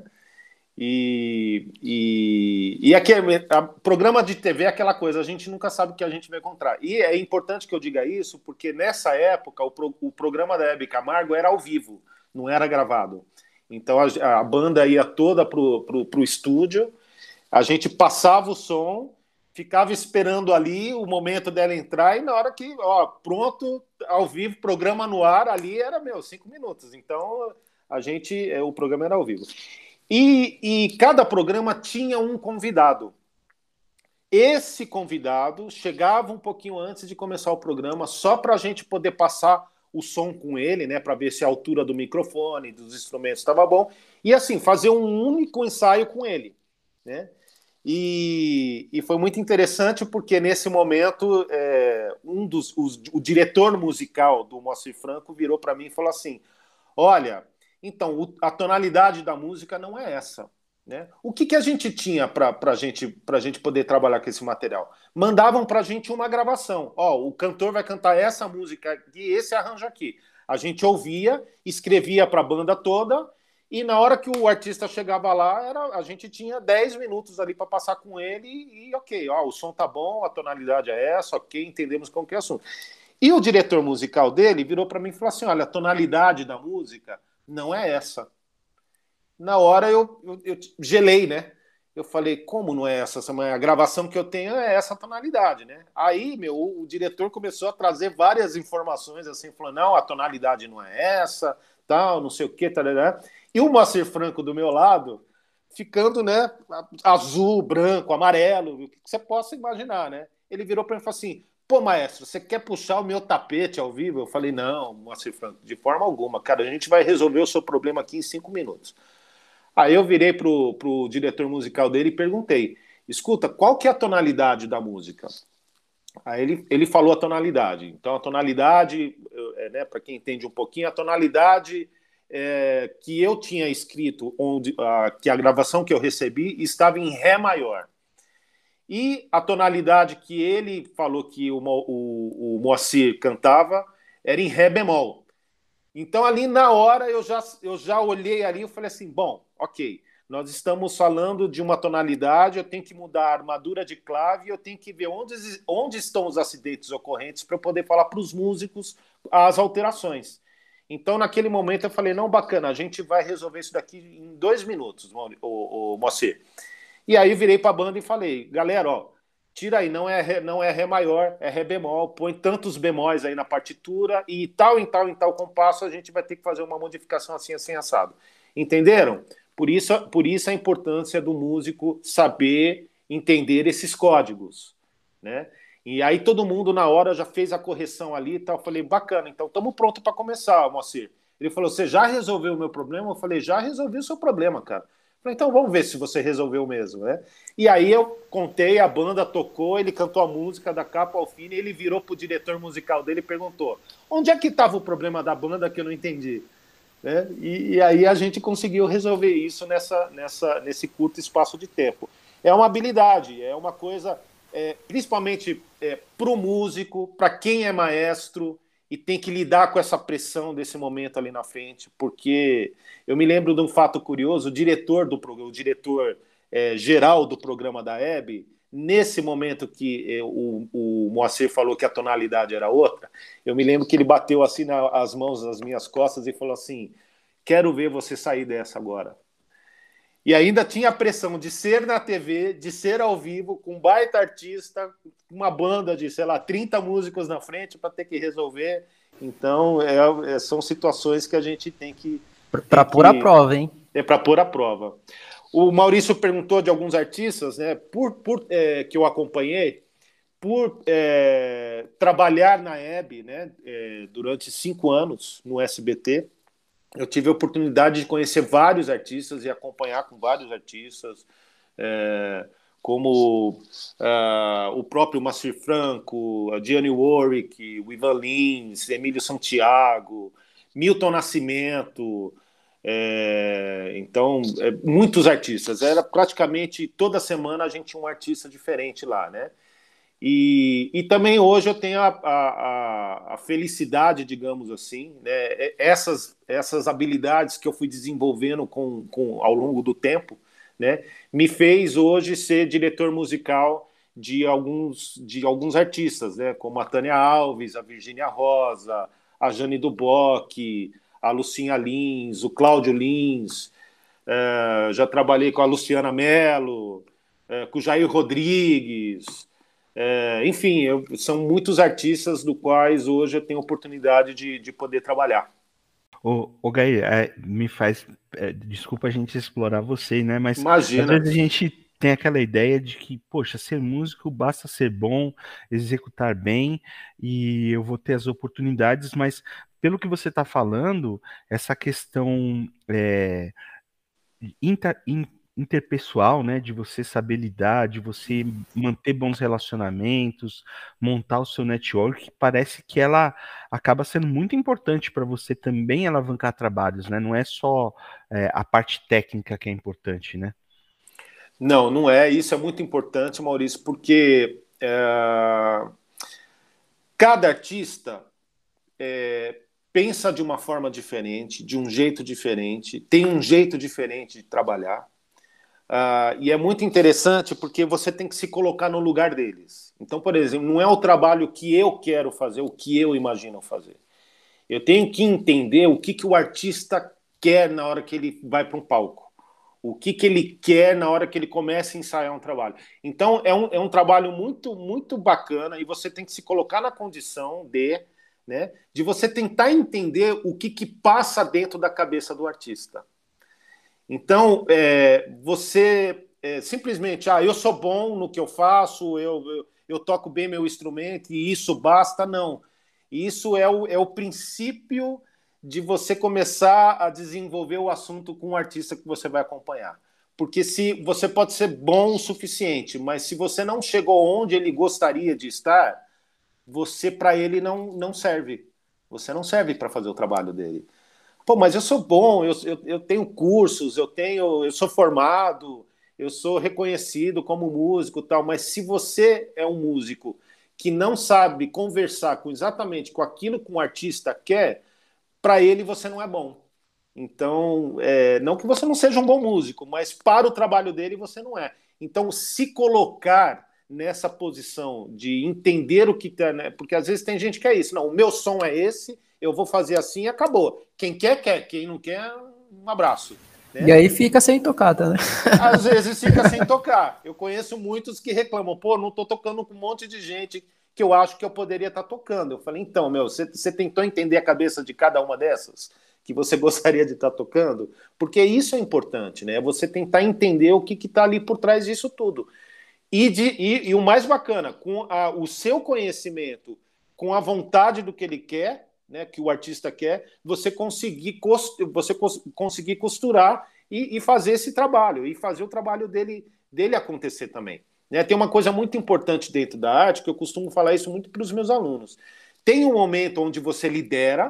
[SPEAKER 3] E aqui, programa de TV é aquela coisa, a gente nunca sabe o que a gente vai encontrar. E é importante que eu diga isso, porque nessa época o programa da Hebe Camargo era ao vivo, não era gravado. Então a banda ia toda pro estúdio, a gente passava o som, ficava esperando ali o momento dela entrar, e na hora que, pronto, ao vivo, programa no ar, ali era, 5 minutos. Então o programa era ao vivo. E cada programa tinha um convidado. Esse convidado chegava um pouquinho antes de começar o programa, só para a gente poder passar o som com ele, né, para ver se a altura do microfone, dos instrumentos estava bom, e assim, fazer um único ensaio com ele, né? E foi muito interessante porque nesse momento o diretor musical do Moacir Franco virou para mim e falou assim: olha, então a tonalidade da música não é essa, né? O que a gente tinha para a gente poder trabalhar com esse material? Mandavam para a gente uma gravação. O cantor vai cantar essa música e esse arranjo aqui. A gente ouvia, escrevia para a banda toda. E na hora que o artista chegava lá, a gente tinha 10 minutos ali para passar com ele e ok, o som tá bom, a tonalidade é essa, ok, entendemos qual que é o assunto. E o diretor musical dele virou para mim e falou assim, olha, a tonalidade da música não é essa. Na hora eu gelei, né? Eu falei, como não é essa? A gravação que eu tenho é essa tonalidade, né? Aí, o diretor começou a trazer várias informações, assim, falando, não, a tonalidade não é essa, tal, não sei o que, tal. E o Moacir Franco do meu lado, ficando, né, azul, branco, amarelo, o que você possa imaginar, né? Ele virou para mim e falou assim, pô, maestro, você quer puxar o meu tapete ao vivo? Eu falei, não, Moacir Franco, de forma alguma, cara, a gente vai resolver o seu problema aqui em 5 minutos. Aí eu virei pro diretor musical dele e perguntei, escuta, qual que é a tonalidade da música? Aí ele falou a tonalidade. Então a tonalidade, né, para quem entende um pouquinho, a tonalidade que eu tinha escrito, que a gravação que eu recebi estava em Ré maior. E a tonalidade que ele falou que o Moacir cantava era em Ré bemol. Então, ali na hora, eu já olhei ali e falei assim, bom, ok, nós estamos falando de uma tonalidade, eu tenho que mudar a armadura de clave, eu tenho que ver onde estão os acidentes ocorrentes para eu poder falar para os músicos as alterações. Então, naquele momento, eu falei, não, bacana, a gente vai resolver isso daqui em 2 minutos, o Moacir. E aí virei para a banda e falei, galera, ó, tira aí, não é Ré maior, é Ré bemol, põe tantos bemóis aí na partitura e em tal compasso a gente vai ter que fazer uma modificação assim assado. Entenderam? Por isso a importância do músico saber entender esses códigos, né? E aí todo mundo na hora já fez a correção ali e tal. Eu falei, bacana, então estamos prontos para começar, Moacir. Ele falou, você já resolveu o meu problema? Eu falei, já resolvi o seu problema, cara. Eu falei, então vamos ver se você resolveu mesmo, né? E aí eu contei, a banda tocou, ele cantou a música da capa ao fim, e ele virou pro diretor musical dele e perguntou, onde é que estava o problema da banda que eu não entendi? Né? E aí a gente conseguiu resolver isso nesse curto espaço de tempo. É uma habilidade, é uma coisa, principalmente para o músico, para quem é maestro e tem que lidar com essa pressão desse momento ali na frente, porque eu me lembro de um fato curioso, o diretor geral do programa da Hebe, nesse momento que o Moacir falou que a tonalidade era outra, eu me lembro que ele bateu assim as mãos nas minhas costas e falou assim, quero ver você sair dessa agora. E ainda tinha a pressão de ser na TV, de ser ao vivo, com um baita artista, uma banda de, sei lá, 30 músicos na frente para ter que resolver. Então, são situações que a gente tem que...
[SPEAKER 1] Para pôr a prova, hein?
[SPEAKER 3] É para pôr a prova. O Maurício perguntou de alguns artistas, né, que eu acompanhei, por trabalhar na Hebe, né, durante 5 anos no SBT. Eu tive a oportunidade de conhecer vários artistas e acompanhar com vários artistas, como o próprio Moacir Franco, a Dionne Warwick, o Ivan Lins, Emílio Santiago, Milton Nascimento, então, muitos artistas. Era praticamente toda semana a gente tinha um artista diferente lá, né? E também hoje eu tenho a felicidade, digamos assim, né? Essas habilidades que eu fui desenvolvendo ao longo do tempo, né? Me fez hoje ser diretor musical de alguns artistas, né? Como a Tânia Alves, a Virgínia Rosa, a Jane Duboc, a Lucinha Lins, o Cláudio Lins, já trabalhei com a Luciana Mello, com o Jair Rodrigues, enfim, são muitos artistas do quais hoje eu tenho oportunidade de poder trabalhar.
[SPEAKER 2] Ô Gair, me faz... desculpa a gente explorar você, né? Mas
[SPEAKER 3] Imagina.
[SPEAKER 2] Às vezes a gente tem aquela ideia de que, poxa, ser músico basta ser bom, executar bem e eu vou ter as oportunidades, mas pelo que você está falando, essa questão interpessoal, né, de você saber lidar, de você manter bons relacionamentos, montar o seu network, parece que ela acaba sendo muito importante para você também alavancar trabalhos, né? Não é só a parte técnica que é importante, né?
[SPEAKER 3] Não, não é. Isso é muito importante, Maurício, porque cada artista pensa de uma forma diferente, de um jeito diferente, tem um jeito diferente de trabalhar. E é muito interessante porque você tem que se colocar no lugar deles. Então, por exemplo, não é o trabalho que eu quero fazer, o que eu imagino fazer. Eu tenho que entender o que o artista quer na hora que ele vai para um palco. O que ele quer na hora que ele começa a ensaiar um trabalho. Então, é um trabalho muito, muito bacana e você tem que se colocar na condição de você tentar entender o que passa dentro da cabeça do artista. Então, você simplesmente, eu sou bom no que eu faço, eu toco bem meu instrumento e isso basta, não. Isso é o princípio de você começar a desenvolver o assunto com o artista que você vai acompanhar. Porque se você pode ser bom o suficiente, mas se você não chegou onde ele gostaria de estar, você para ele não serve. Você não serve para fazer o trabalho dele. Pô, mas eu sou bom, eu tenho cursos, eu sou formado, eu sou reconhecido como músico e tal, mas se você é um músico que não sabe conversar exatamente com aquilo que um artista quer, para ele você não é bom. Então, não que você não seja um bom músico, mas para o trabalho dele você não é. Então, se colocar nessa posição de entender o que tá, né? Porque às vezes tem gente que é isso. Não, o meu som é esse, eu vou fazer assim e acabou. Quem quer, quer. Quem não quer, um abraço. Né?
[SPEAKER 1] E aí fica sem tocada, né?
[SPEAKER 3] Às vezes fica sem tocar. Eu conheço muitos que reclamam, pô, não tô tocando com um monte de gente que eu acho que eu poderia estar tocando. Eu falei, então, você tentou entender a cabeça de cada uma dessas que você gostaria de estar tocando? Porque isso é importante, né? Você tentar entender o que está ali por trás disso tudo. E o mais bacana, com o seu conhecimento, com a vontade do que ele quer, né, que o artista quer, você conseguir costurar e fazer esse trabalho, e fazer o trabalho dele acontecer também. Né? Tem uma coisa muito importante dentro da arte, que eu costumo falar isso muito para os meus alunos. Tem um momento onde você lidera,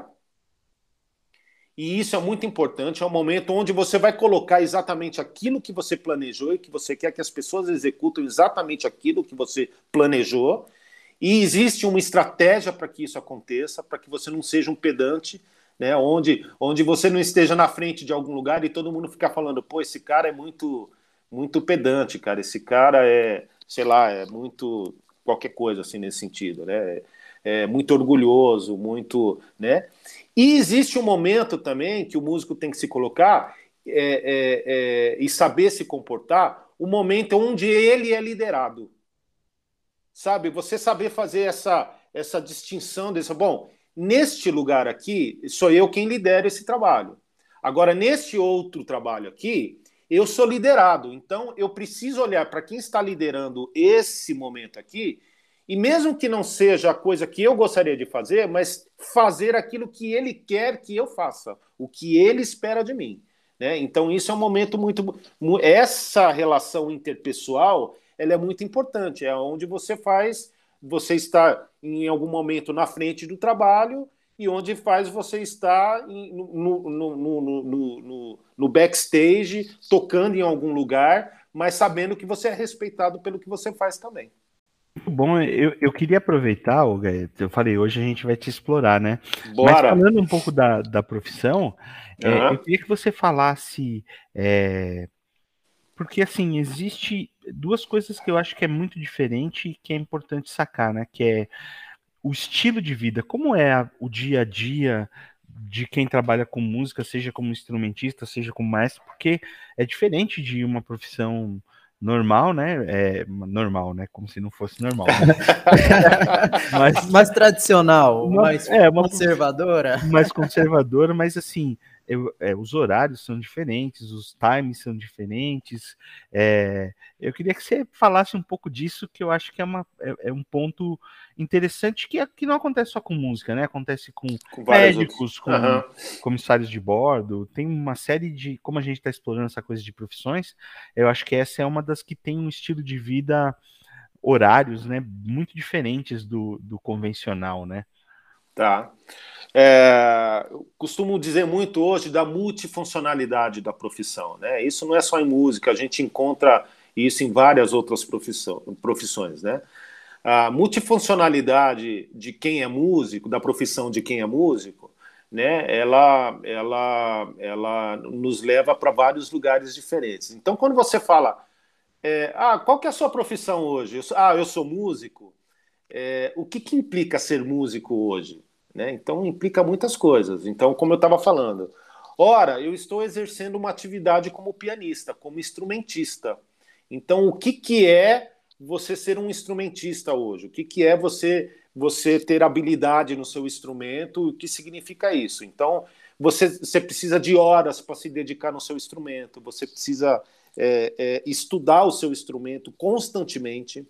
[SPEAKER 3] e isso é muito importante, é um momento onde você vai colocar exatamente aquilo que você planejou e que você quer que as pessoas executem exatamente aquilo que você planejou. E existe uma estratégia para que isso aconteça, para que você não seja um pedante, né? Onde você não esteja na frente de algum lugar e todo mundo ficar falando, pô, esse cara é muito, muito pedante, cara, esse cara sei lá, é muito qualquer coisa assim nesse sentido, né? É muito orgulhoso, muito, né? E existe um momento também que o músico tem que se colocar e saber se comportar, o momento onde ele é liderado. Sabe? Você saber fazer essa distinção desse. Bom, neste lugar aqui, sou eu quem lidera esse trabalho. Agora, neste outro trabalho aqui, eu sou liderado. Então, eu preciso olhar para quem está liderando esse momento aqui, e mesmo que não seja a coisa que eu gostaria de fazer, mas fazer aquilo que ele quer que eu faça, o que ele espera de mim. Né? Então, isso é um momento muito. Essa relação interpessoal ela é muito importante. É onde você está em algum momento na frente do trabalho e onde faz você estar no backstage, tocando em algum lugar, mas sabendo que você é respeitado pelo que você faz também.
[SPEAKER 2] Muito bom, eu queria aproveitar, Gaia, eu falei, hoje a gente vai te explorar, né?
[SPEAKER 3] Bora.
[SPEAKER 2] Mas falando um pouco da profissão, eu queria que você falasse, porque assim, existe duas coisas que eu acho que é muito diferente e que é importante sacar, né? Que é o estilo de vida, como é o dia a dia de quem trabalha com música, seja como instrumentista, seja como maestro, porque é diferente de uma profissão normal, né? Normal, né? Como se não fosse normal. Né?
[SPEAKER 1] Mais tradicional, mais conservadora.
[SPEAKER 2] Mais conservadora, mas assim, os horários são diferentes, os times são diferentes. Eu queria que você falasse um pouco disso, que eu acho que é um ponto interessante que não acontece só com música, né? Acontece com médicos, com comissários de bordo, tem uma série de. Como a gente está explorando essa coisa de profissões, eu acho que essa é uma das que tem um estilo de vida, horários, né, muito diferentes do convencional, né?
[SPEAKER 3] Tá. Eu costumo dizer muito hoje da multifuncionalidade da profissão, né? Isso não é só em música, a gente encontra isso em várias outras profissões, né? A multifuncionalidade de quem é músico, da profissão de quem é músico, né? Ela nos leva para vários lugares diferentes. Então, quando você fala, qual que é a sua profissão hoje? Eu sou músico. O que implica ser músico hoje? Né? Então, implica muitas coisas. Então, como eu estava falando, ora, eu estou exercendo uma atividade como pianista, como instrumentista. Então, o que é você ser um instrumentista hoje? O que é você ter habilidade no seu instrumento? O que significa isso? Então, você precisa de horas para se dedicar no seu instrumento, você precisa estudar o seu instrumento constantemente.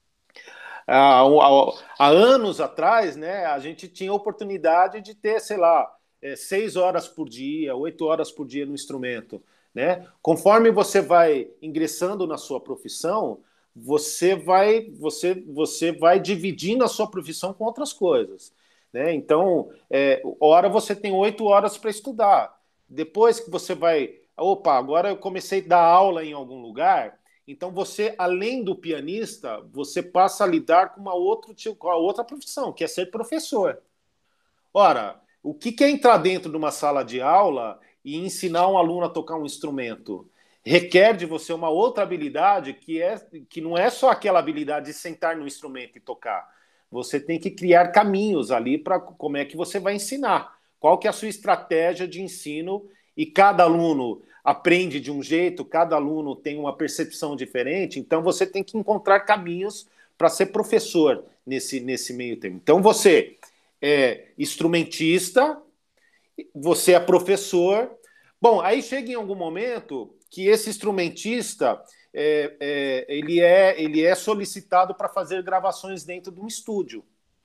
[SPEAKER 3] Há anos atrás, né, a gente tinha a oportunidade de ter, sei lá, 6 horas por dia, 8 horas por dia no instrumento. Né? Conforme você vai ingressando na sua profissão, você vai dividindo a sua profissão com outras coisas. Né? Então, hora você tem 8 horas para estudar. Depois que você vai... agora eu comecei a dar aula em algum lugar... Então, você, além do pianista, você passa a lidar com a outra profissão, que é ser professor. Ora, O que é entrar dentro de uma sala de aula e ensinar um aluno a tocar um instrumento? Requer de você uma outra habilidade que não é só aquela habilidade de sentar no instrumento e tocar. Você tem que criar caminhos ali para como é que você vai ensinar. Qual que é a sua estratégia de ensino? E cada aluno aprende de um jeito, cada aluno tem uma percepção diferente, então você tem que encontrar caminhos para ser professor nesse meio tempo. Então você é instrumentista, você é professor. Bom, aí chega em algum momento que esse instrumentista ele é solicitado para fazer gravações dentro de um estúdio.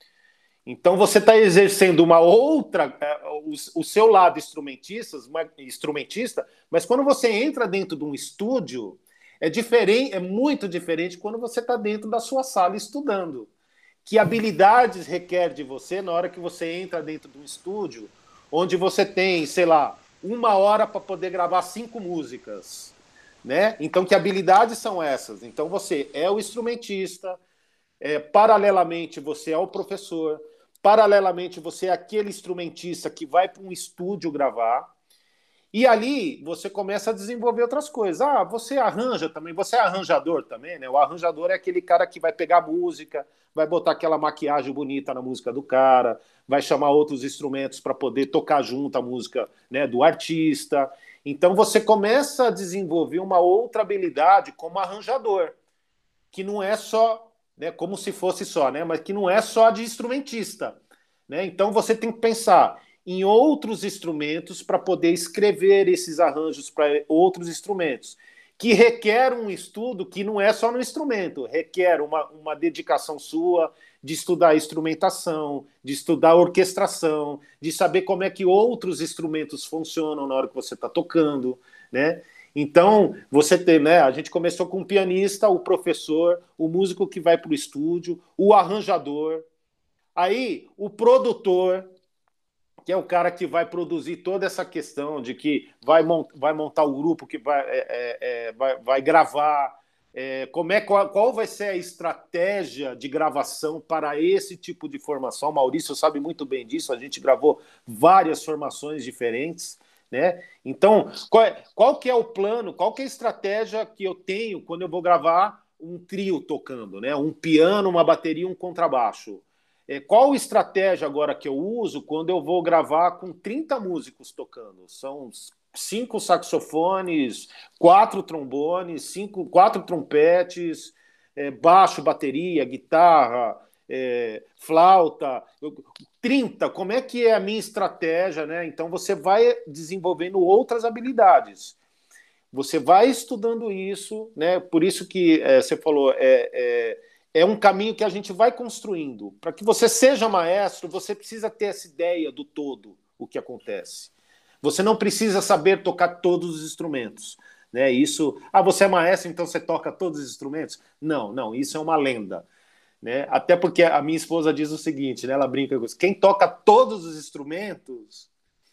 [SPEAKER 3] Então você está exercendo uma outra, o seu lado instrumentista, mas quando você entra dentro de um estúdio, é diferente, é muito diferente quando você está dentro da sua sala estudando. Que habilidades requer de você na hora que você entra dentro de um estúdio, onde você tem, sei lá, 1 hora para poder gravar 5 músicas, né? Então, que habilidades são essas? Então, você é o instrumentista, paralelamente você é o professor, paralelamente você é aquele instrumentista que vai para um estúdio gravar, e ali você começa a desenvolver outras coisas. Ah, você arranja também, você é arranjador também, né? O arranjador é aquele cara que vai pegar música, vai botar aquela maquiagem bonita na música do cara, vai chamar outros instrumentos para poder tocar junto a música, né, do artista. Então você começa a desenvolver uma outra habilidade como arranjador, que não é só, né, como se fosse só, né, mas que não é só de instrumentista, né? Então você tem que pensar em outros instrumentos para poder escrever esses arranjos para outros instrumentos, que requer um estudo que não é só no instrumento, requer uma dedicação sua de estudar instrumentação, de estudar orquestração, de saber como é que outros instrumentos funcionam na hora que você está tocando, né? Então, você tem, né? A gente começou com o pianista, o professor, o músico que vai para o estúdio, o arranjador, aí o produtor, que é o cara que vai produzir toda essa questão de que vai montar o grupo que vai gravar, qual vai ser a estratégia de gravação para esse tipo de formação. O Maurício sabe muito bem disso, a gente gravou várias formações diferentes, né? Então, qual que é o plano, qual que é a estratégia que eu tenho quando eu vou gravar um trio tocando, né? Um piano, uma bateria, um contrabaixo. Qual estratégia agora que eu uso quando eu vou gravar com 30 músicos tocando? São 5 saxofones, 4 trombones, 4 trompetes, baixo, bateria, guitarra, flauta, 30. Como é que é a minha estratégia, né? Então você vai desenvolvendo outras habilidades. Você vai estudando isso, né? Por isso que você falou, é um caminho que a gente vai construindo. Para que você seja maestro, você precisa ter essa ideia do todo, o que acontece. Você não precisa saber tocar todos os instrumentos, né? Isso, você é maestro, então você toca todos os instrumentos? Não, isso é uma lenda, né? Até porque a minha esposa diz o seguinte, né? Ela brinca com isso: quem toca todos os instrumentos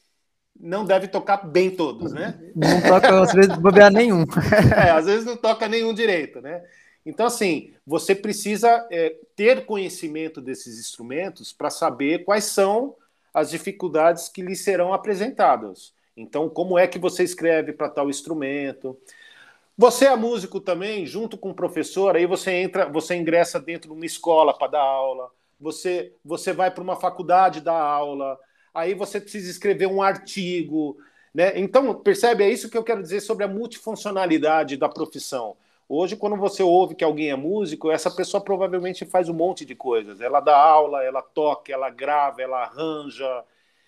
[SPEAKER 3] não deve tocar bem todos, né?
[SPEAKER 1] Não toca, às vezes, bobear nenhum.
[SPEAKER 3] Às vezes não toca nenhum direito, né? Então, assim, você precisa ter conhecimento desses instrumentos para saber quais são as dificuldades que lhe serão apresentadas. Então, como é que você escreve para tal instrumento? Você é músico também, junto com o professor, aí você ingressa dentro de uma escola para dar aula, você vai para uma faculdade dar aula, aí você precisa escrever um artigo, né? Então, percebe, é isso que eu quero dizer sobre a multifuncionalidade da profissão. Hoje, quando você ouve que alguém é músico, essa pessoa provavelmente faz um monte de coisas. Ela dá aula, ela toca, ela grava, ela arranja,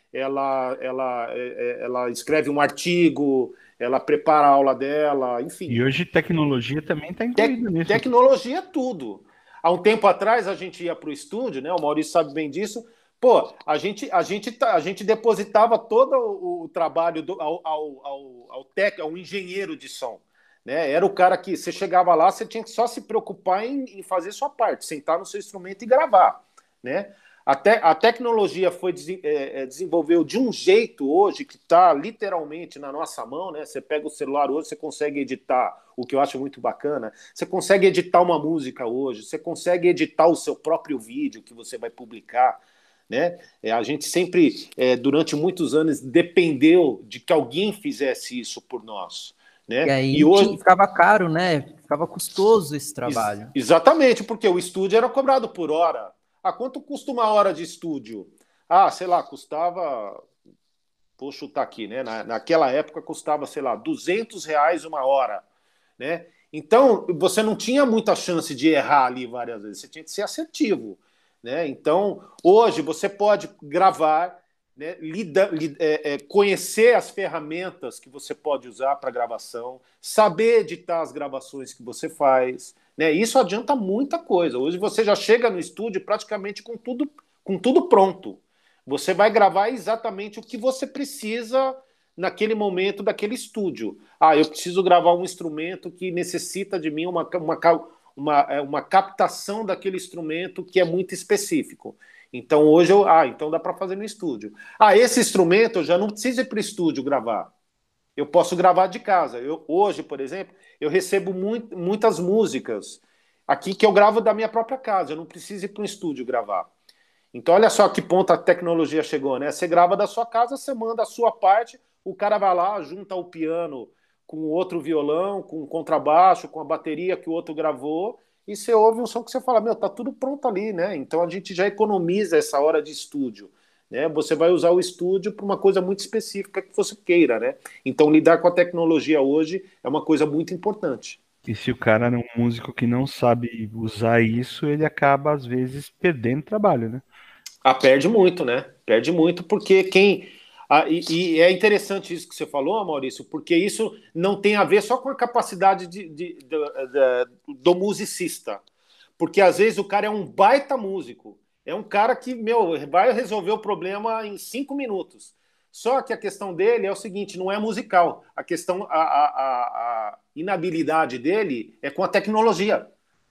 [SPEAKER 3] ela escreve um artigo, ela prepara a aula dela, enfim.
[SPEAKER 2] E hoje tecnologia também está incluída nisso.
[SPEAKER 3] Tecnologia é tudo. Há um tempo atrás a gente ia para o estúdio, né? O Maurício sabe bem disso. Pô, a gente depositava todo o trabalho ao engenheiro de som. Né? Era o cara que você chegava lá, você tinha que só se preocupar em fazer sua parte, sentar no seu instrumento e gravar, né? A tecnologia desenvolveu de um jeito hoje que está literalmente na nossa mão, né? Você pega o celular hoje, você consegue editar, o que eu acho muito bacana, você consegue editar uma música hoje, você consegue editar o seu próprio vídeo que você vai publicar, né? A gente sempre, durante muitos anos, dependeu de que alguém fizesse isso por nós,
[SPEAKER 1] E
[SPEAKER 3] né?
[SPEAKER 1] aí
[SPEAKER 3] E hoje
[SPEAKER 1] ficava caro, né? Ficava custoso esse trabalho.
[SPEAKER 3] Exatamente, porque o estúdio era cobrado por hora. Ah, quanto custa uma hora de estúdio? Ah, sei lá, custava, vou chutar aqui, né? Naquela época custava, sei lá, R$ 200 uma hora, né? Então, você não tinha muita chance de errar ali várias vezes, você tinha que ser assertivo, né? Então, hoje você pode gravar, né? Conhecer as ferramentas que você pode usar para gravação, saber editar as gravações que você faz, né? Isso adianta muita coisa. Hoje você já chega no estúdio praticamente com tudo pronto. Você vai gravar exatamente o que você precisa naquele momento daquele estúdio. Ah, eu preciso gravar um instrumento que necessita de mim uma captação daquele instrumento que é muito específico. Então hoje então dá para fazer no estúdio. Ah, esse instrumento eu já não preciso ir para o estúdio gravar. Eu posso gravar de casa. Hoje, por exemplo, eu recebo muitas músicas aqui que eu gravo da minha própria casa. Eu não preciso ir para um estúdio gravar. Então, olha só que ponto a tecnologia chegou, né? Você grava da sua casa, você manda a sua parte, o cara vai lá, junta o piano com outro violão, com o contrabaixo, com a bateria que o outro gravou, e você ouve um som que você fala, meu, tá tudo pronto ali, né? Então a gente já economiza essa hora de estúdio, né? Você vai usar o estúdio para uma coisa muito específica que você queira, né? Então lidar com a tecnologia hoje é uma coisa muito importante.
[SPEAKER 2] E se o cara é um músico que não sabe usar isso, ele acaba, às vezes, perdendo trabalho, né?
[SPEAKER 3] Ah, perde muito, né? Perde muito porque e é interessante isso que você falou, Maurício, porque isso não tem a ver só com a capacidade do musicista. Porque às vezes o cara é um baita músico. É um cara que, vai resolver o problema em 5 minutos. Só que a questão dele é o seguinte, não é musical. A questão, a inabilidade dele é com a tecnologia.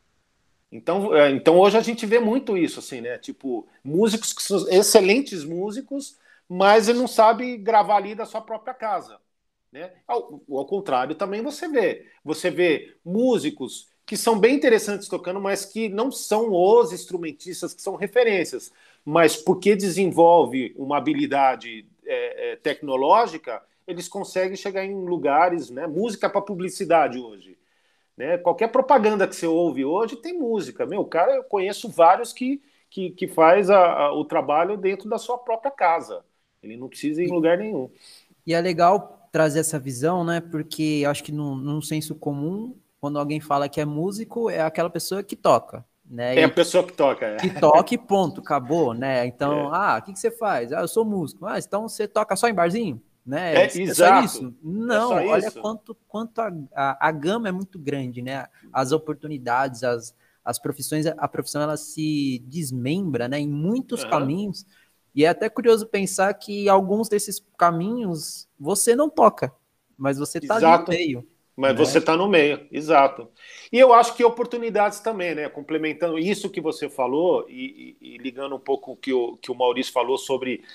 [SPEAKER 3] Então hoje a gente vê muito isso, assim, né? Tipo, músicos que são excelentes músicos, mas ele não sabe gravar ali da sua própria casa, né? Ao contrário, também você vê. Você vê músicos que são bem interessantes tocando, mas que não são os instrumentistas que são referências. Mas porque desenvolve uma habilidade tecnológica, eles conseguem chegar em lugares, né? Música para publicidade hoje. Né? Qualquer propaganda que você ouve hoje tem música. Meu, cara, eu conheço vários que faz o trabalho dentro da sua própria casa. Ele não precisa ir em lugar nenhum.
[SPEAKER 1] E é legal trazer essa visão, né? Porque acho que num senso comum, quando alguém fala que é músico, é aquela pessoa que toca, né?
[SPEAKER 3] É a pessoa que toca.
[SPEAKER 1] Que toca e ponto, acabou, né? Então, o que você faz? Ah, eu sou músico. Ah, então você toca só em barzinho? Né?
[SPEAKER 3] Exato.
[SPEAKER 1] Só isso? Não,
[SPEAKER 3] só
[SPEAKER 1] olha
[SPEAKER 3] isso.
[SPEAKER 1] quanto a gama é muito grande, né? As oportunidades, as profissões, a profissão ela se desmembra, né? Em muitos caminhos. E é até curioso pensar que alguns desses caminhos você não toca, mas você está ali no meio.
[SPEAKER 3] Mas você está no meio, exato. E eu acho que oportunidades também, né? Complementando isso que você falou e ligando um pouco o que o Maurício falou sobre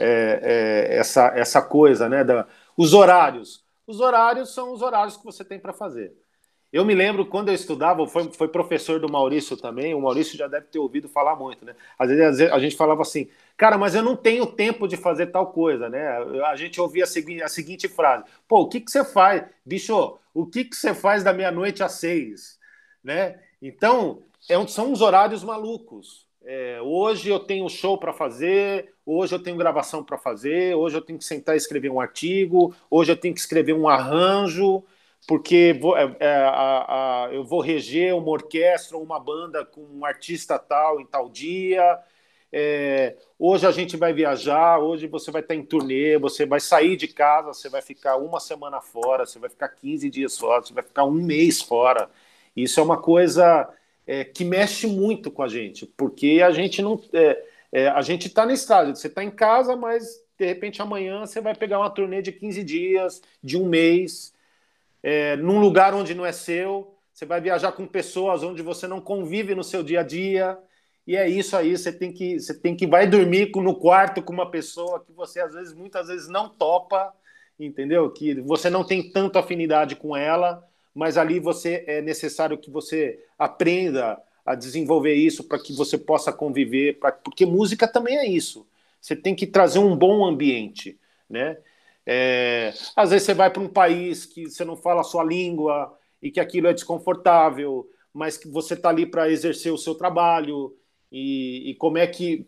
[SPEAKER 3] essa coisa, né? Os horários. Os horários são os horários que você tem para fazer. Eu me lembro quando eu estudava, foi professor do Maurício também, o Maurício já deve ter ouvido falar muito, né? Às vezes a gente falava assim, cara, mas eu não tenho tempo de fazer tal coisa, né? A gente ouvia a seguinte frase, pô, o que você faz? Bicho, o que você faz da meia-noite às 6? Né? Então, são uns horários malucos. Hoje eu tenho show para fazer, hoje eu tenho gravação para fazer, hoje eu tenho que sentar e escrever um artigo, hoje eu tenho que escrever um arranjo, porque eu vou reger uma orquestra ou uma banda com um artista tal em tal dia. Hoje a gente vai viajar, hoje você vai estar em turnê, você vai sair de casa, você vai ficar uma semana fora, você vai ficar 15 dias fora, você vai ficar um mês fora. Isso é uma coisa que mexe muito com a gente, porque a gente não... a gente está na estrada, você está em casa, mas de repente amanhã você vai pegar uma turnê de 15 dias, de um mês, num lugar onde não é seu, você vai viajar com pessoas onde você não convive no seu dia a dia, e é isso aí, você tem que vai dormir no quarto com uma pessoa que você muitas vezes não topa, entendeu? Que você não tem tanta afinidade com ela, mas ali é necessário que você aprenda a desenvolver isso para que você possa conviver, porque música também é isso. Você tem que trazer um bom ambiente, né? Às vezes você vai para um país que você não fala a sua língua e que aquilo é desconfortável, mas que você está ali para exercer o seu trabalho, e como é que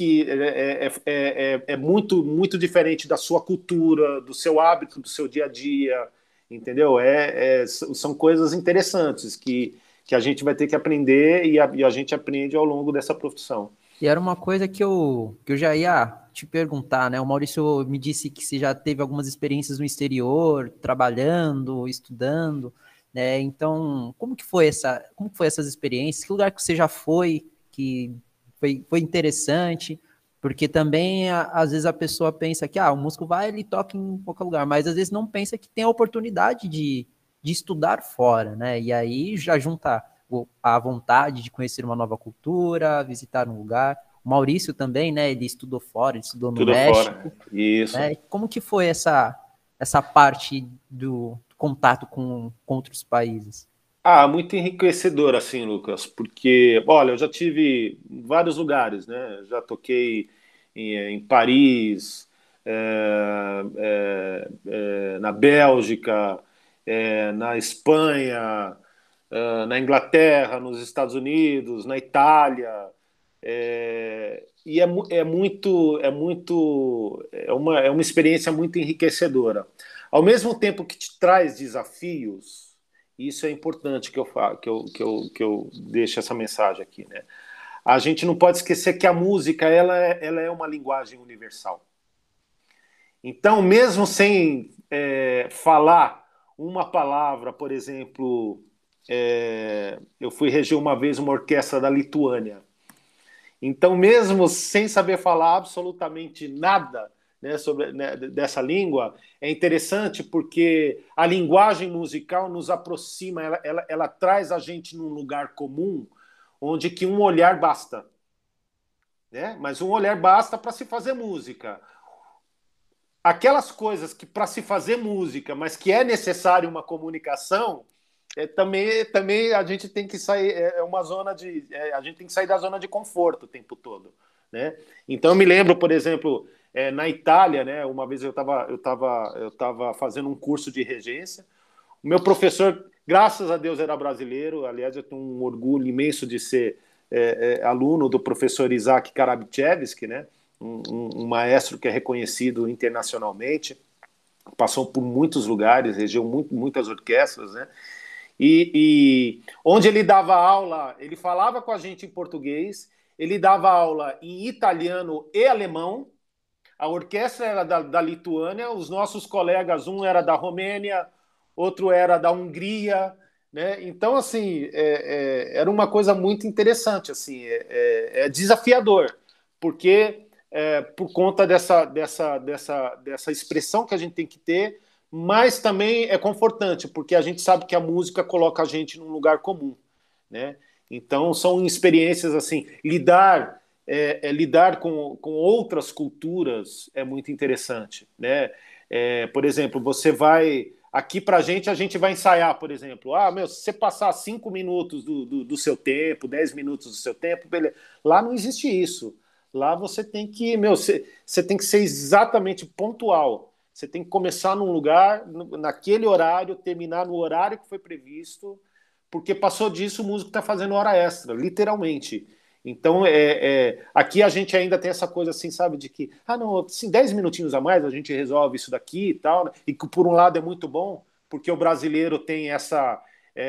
[SPEAKER 3] é muito, muito diferente da sua cultura, do seu hábito, do seu dia a dia, entendeu? São coisas interessantes que a gente vai ter que aprender e a gente aprende ao longo dessa profissão.
[SPEAKER 1] E era uma coisa que eu já ia te perguntar, né? O Maurício me disse que você já teve algumas experiências no exterior, trabalhando, estudando, né? Então, como que foi essas experiências? Que lugar que você já foi, que foi interessante? Porque também, às vezes, a pessoa pensa que o músico vai, ele toca em qualquer lugar, mas às vezes não pensa que tem a oportunidade de estudar fora, né? E aí já junta a vontade de conhecer uma nova cultura, visitar um lugar. O Maurício também, né? Ele estudou fora, ele estudou no México.
[SPEAKER 3] Fora. Isso.
[SPEAKER 1] Né? Como que foi essa parte do contato com outros países?
[SPEAKER 3] Muito enriquecedor, assim, Lucas, porque, olha, eu já tive em vários lugares, né? Já toquei em Paris, na Bélgica, na Espanha, na Inglaterra, nos Estados Unidos, na Itália, e é uma experiência muito enriquecedora. Ao mesmo tempo que te traz desafios, isso é importante que eu deixe essa mensagem aqui, né? A gente não pode esquecer que a música ela é uma linguagem universal. Então, mesmo sem falar uma palavra, por exemplo, eu fui reger uma vez uma orquestra da Lituânia. Então, mesmo sem saber falar absolutamente nada, né, dessa língua, é interessante porque a linguagem musical nos aproxima, ela traz a gente num lugar comum, onde que um olhar basta, né? Mas um olhar basta para se fazer música. Aquelas coisas que para se fazer música, mas que é necessário uma comunicação, também a gente tem que sair, a gente tem que sair da zona de conforto o tempo todo, né? Então eu me lembro, por exemplo, na Itália, né? Uma vez eu tava fazendo um curso de regência. O meu professor, graças a Deus, era brasileiro. Aliás, eu tenho um orgulho imenso de ser aluno do professor Isaac Karabichevski, né? Um maestro que é reconhecido internacionalmente, passou por muitos lugares, regeu muitas orquestras, né? E onde ele dava aula, ele falava com a gente em português, ele dava aula em italiano e alemão. A orquestra era da Lituânia, os nossos colegas, um era da Romênia, outro era da Hungria, né? Então, assim, era uma coisa muito interessante, assim, desafiador, porque por conta dessa expressão que a gente tem que ter, mas também é confortante, porque a gente sabe que a música coloca a gente num lugar comum, né? Então, são experiências, assim, lidar com outras culturas é muito interessante, né? Por exemplo, você vai... Aqui pra gente, a gente vai ensaiar, por exemplo. Se você passar 5 minutos do seu tempo, 10 minutos do seu tempo, beleza. Lá não existe isso. Lá você tem que... você tem que ser exatamente pontual. Você tem que começar num lugar, naquele horário, terminar no horário que foi previsto, porque passou disso, o músico está fazendo hora extra, literalmente. Então, aqui a gente ainda tem essa coisa assim, sabe, de que, não, assim, 10 minutinhos a mais a gente resolve isso daqui e tal, né? E que por um lado é muito bom, porque o brasileiro tem essa,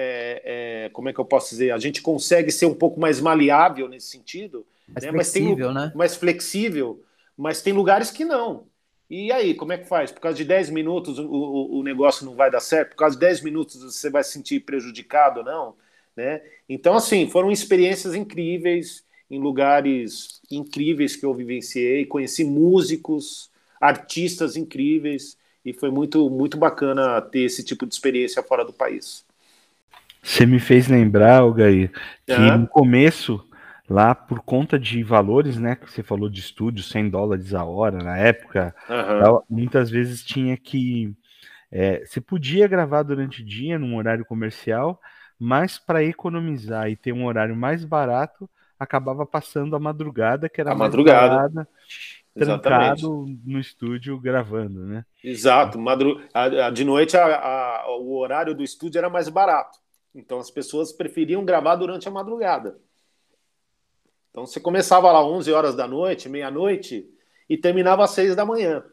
[SPEAKER 3] como é que eu posso dizer, a gente consegue ser um pouco mais maleável nesse sentido,
[SPEAKER 1] mais
[SPEAKER 3] né?
[SPEAKER 1] flexível, né?
[SPEAKER 3] Mais flexível, mas tem lugares que não. E aí, como é que faz? Por causa de 10 minutos o negócio não vai dar certo? Por causa de 10 minutos você vai se sentir prejudicado, não? Né? Então, assim, foram experiências incríveis, em lugares incríveis que eu vivenciei, conheci músicos, artistas incríveis, e foi muito, muito bacana ter esse tipo de experiência fora do país.
[SPEAKER 2] Você me fez lembrar, Algair, que no começo, lá por conta de valores, né, que você falou de estúdio, $100 a hora na época, muitas vezes tinha que... você podia gravar durante o dia, num horário comercial, mas para economizar e ter um horário mais barato, acabava passando a madrugada, que era
[SPEAKER 3] A
[SPEAKER 2] mais
[SPEAKER 3] madrugada,
[SPEAKER 2] parada,
[SPEAKER 3] exatamente.
[SPEAKER 2] trancado no estúdio gravando, né?
[SPEAKER 3] Exato. De noite o horário do estúdio era mais barato. Então as pessoas preferiam gravar durante a madrugada. Então você começava lá 11 horas da noite, meia-noite, e terminava às 6 da manhã.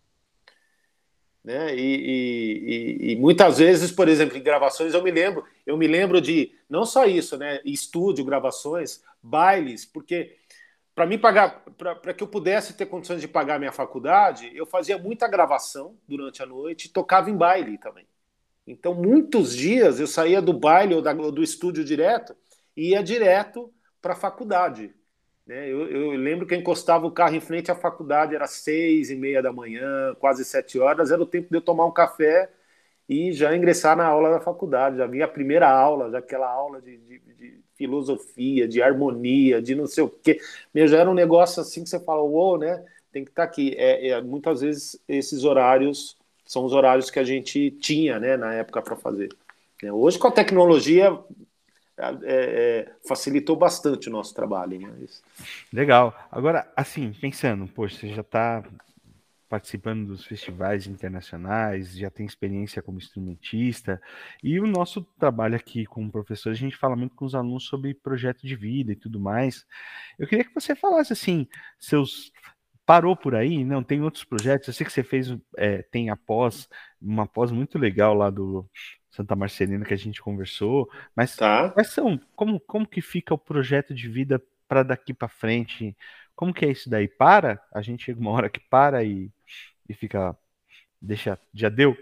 [SPEAKER 3] Né? E muitas vezes, por exemplo, em gravações eu me lembro de não só isso, né? Estúdio, gravações, bailes, porque para mim pagar, para que eu pudesse ter condições de pagar a minha faculdade, eu fazia muita gravação durante a noite e tocava em baile também. Então, muitos dias eu saía do baile ou do estúdio direto e ia direto para a faculdade. Né? Eu lembro que eu encostava o carro em frente à faculdade, era 6:30 da manhã, quase 7 horas, era o tempo de eu tomar um café e já ingressar na aula da faculdade. Já minha primeira aula, já aquela aula de filosofia, de harmonia, de não sei o quê. Meu, já era um negócio assim que você fala, uou, né? Tem que estar aqui. Muitas vezes esses horários são os horários que a gente tinha, né, na época para fazer. Hoje, com a tecnologia, facilitou bastante o nosso trabalho. Mas...
[SPEAKER 2] Legal. Agora, assim, pensando, poxa, você já está participando dos festivais internacionais, já tem experiência como instrumentista, e o nosso trabalho aqui como professor, a gente fala muito com os alunos sobre projeto de vida e tudo mais. Eu queria que você falasse assim, seus parou por aí? Não, tem outros projetos. Eu sei que você fez, tem uma pós muito legal lá do Santa Marcelina que a gente conversou, mas
[SPEAKER 3] Tá.
[SPEAKER 2] quais são, como que fica o projeto de vida para daqui para frente? Como que é isso daí? Para? A gente chega uma hora que para e fica, deixa, já deu?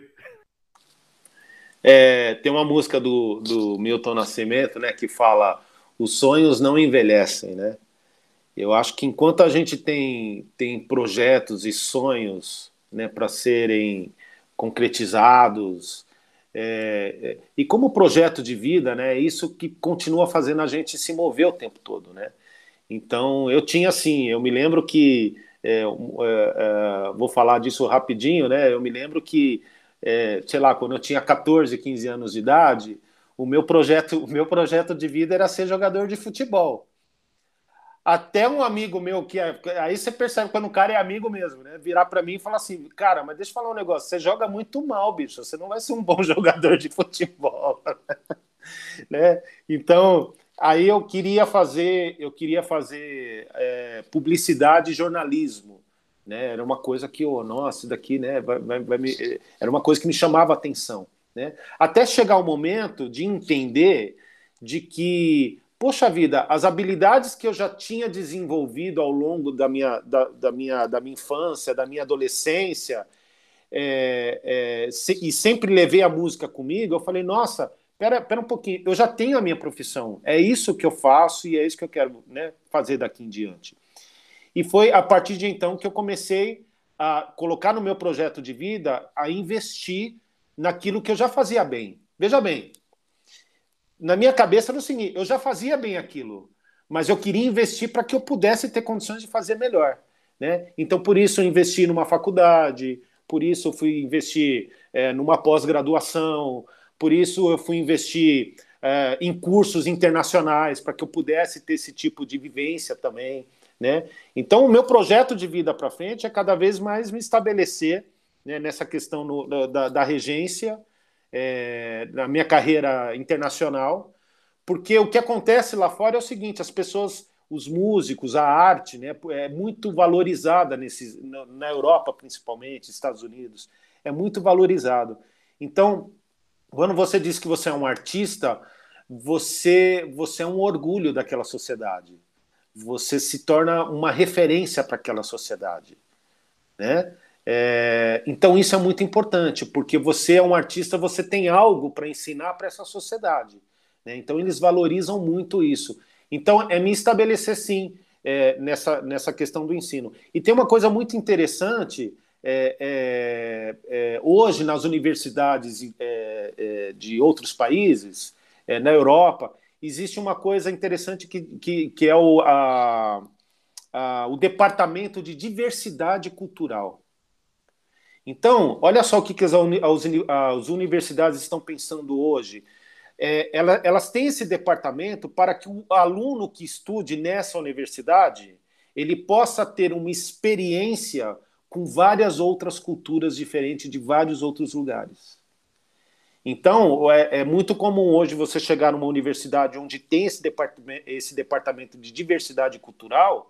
[SPEAKER 3] Tem uma música do Milton Nascimento, né, que fala: os sonhos não envelhecem, né? Eu acho que enquanto a gente tem projetos e sonhos, né, para serem concretizados, e como projeto de vida, né, é isso que continua fazendo a gente se mover o tempo todo, né? Então eu tinha assim, eu me lembro que vou falar disso rapidinho, né? Eu me lembro que, sei lá, quando eu tinha 14, 15 anos de idade, o meu projeto de vida era ser jogador de futebol. Até um amigo meu aí você percebe quando o cara é amigo mesmo, né? Virar para mim e falar assim, cara, mas deixa eu falar um negócio, você joga muito mal, bicho, você não vai ser um bom jogador de futebol, né? Então, aí eu queria fazer publicidade e jornalismo, né? Era uma coisa que, nossa, isso daqui, né? Era uma coisa que me chamava a atenção, né? Até chegar o momento de entender de que, poxa vida, as habilidades que eu já tinha desenvolvido ao longo da minha infância, da minha adolescência, e sempre levei a música comigo, eu falei, nossa, pera um pouquinho, eu já tenho a minha profissão, é isso que eu faço e é isso que eu quero, né, fazer daqui em diante. E foi a partir de então que eu comecei a colocar no meu projeto de vida, a investir naquilo que eu já fazia bem. Veja bem, na minha cabeça era o seguinte, eu já fazia bem aquilo, mas eu queria investir para que eu pudesse ter condições de fazer melhor, né? Então, por isso eu investi numa faculdade, por isso eu fui investir numa pós-graduação, por isso eu fui investir em cursos internacionais para que eu pudesse ter esse tipo de vivência também, né? Então, o meu projeto de vida para frente é cada vez mais me estabelecer, né, nessa questão da regência, na minha carreira internacional, porque o que acontece lá fora é o seguinte, as pessoas, os músicos, a arte, né, é muito valorizada na Europa, principalmente, Estados Unidos, é muito valorizado. Então, quando você diz que você é um artista, você é um orgulho daquela sociedade. Você se torna uma referência para aquela sociedade, né? Então isso é muito importante, porque você é um artista, você tem algo para ensinar para essa sociedade, né? Então eles valorizam muito isso. Então me estabelecer sim nessa questão do ensino. E tem uma coisa muito interessante, hoje nas universidades de outros países, na Europa, existe uma coisa interessante que é o Departamento de Diversidade Cultural. Então, olha só o que as universidades estão pensando hoje. elas têm esse departamento para que o aluno que estude nessa universidade ele possa ter uma experiência com várias outras culturas diferentes de vários outros lugares. Então, é muito comum hoje você chegar numa universidade onde tem esse departamento de diversidade cultural,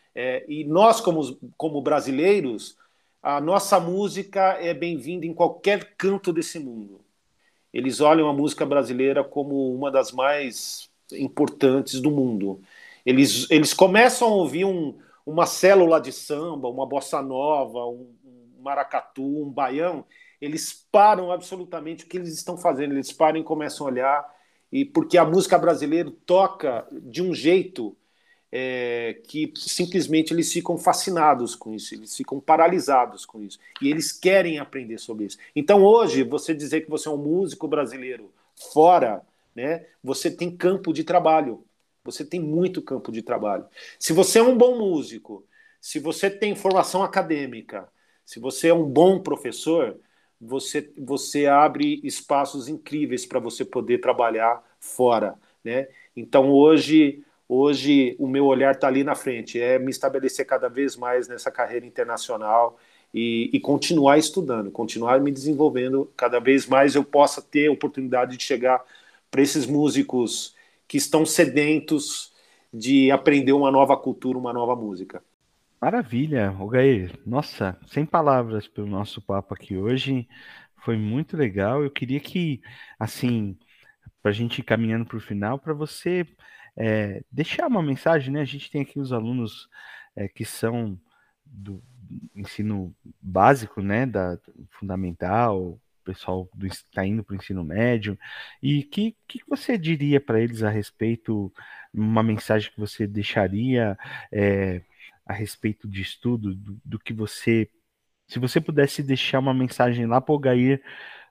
[SPEAKER 3] e nós, como brasileiros, a nossa música é bem-vinda em qualquer canto desse mundo. Eles olham a música brasileira como uma das mais importantes do mundo. Eles começam a ouvir uma célula de samba, uma bossa nova, um maracatu, um baião, eles param absolutamente o que eles estão fazendo, eles param e começam a olhar, porque a música brasileira toca de um jeito que simplesmente eles ficam fascinados com isso, eles ficam paralisados com isso, e eles querem aprender sobre isso. Então hoje, você dizer que você é um músico brasileiro fora, né, você tem campo de trabalho, você tem muito campo de trabalho. Se você é um bom músico, se você tem formação acadêmica, se você é um bom professor, você abre espaços incríveis para você poder trabalhar fora, né? Então hoje o meu olhar está ali na frente, é me estabelecer cada vez mais nessa carreira internacional e continuar estudando, continuar me desenvolvendo, cada vez mais eu possa ter a oportunidade de chegar para esses músicos que estão sedentos de aprender uma nova cultura, uma nova música.
[SPEAKER 2] Maravilha, Ogair. Nossa, sem palavras pelo nosso papo aqui hoje. Foi muito legal. Eu queria que, assim, para a gente ir caminhando para o final, para você deixar uma mensagem, né? A gente tem aqui os alunos que são do ensino básico, né? Da fundamental, o pessoal está indo para o ensino médio. E que você diria para eles a respeito, uma mensagem que você deixaria a respeito de estudo, do que você, se você pudesse deixar uma mensagem lá para o Ogair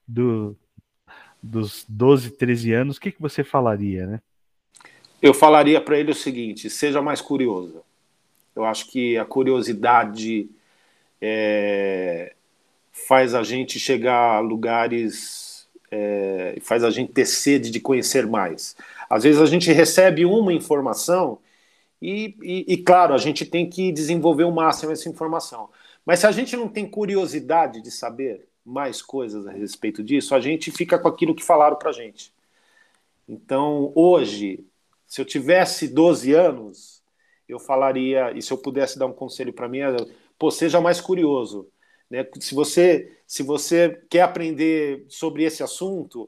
[SPEAKER 2] dos 12, 13 anos, o que você falaria, né?
[SPEAKER 3] Eu falaria para ele o seguinte: seja mais curioso. Eu acho que a curiosidade faz a gente chegar a lugares, faz a gente ter sede de conhecer mais. Às vezes a gente recebe uma informação e claro, a gente tem que desenvolver o máximo essa informação. Mas se a gente não tem curiosidade de saber mais coisas a respeito disso, a gente fica com aquilo que falaram para a gente. Então, hoje, se eu tivesse 12 anos, eu falaria, e se eu pudesse dar um conselho para mim, seja mais curioso. Né? Se você quer aprender sobre esse assunto,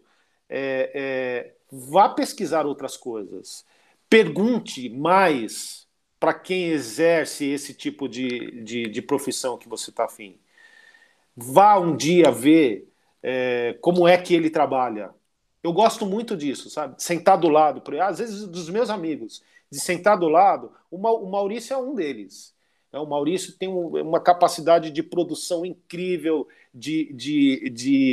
[SPEAKER 3] vá pesquisar outras coisas. Pergunte mais para quem exerce esse tipo de profissão que você está afim. Vá um dia ver como é que ele trabalha. Eu gosto muito disso, sabe? Sentar do lado, às vezes dos meus amigos, de sentar do lado. O Maurício é um deles. O Maurício tem uma capacidade de produção incrível, de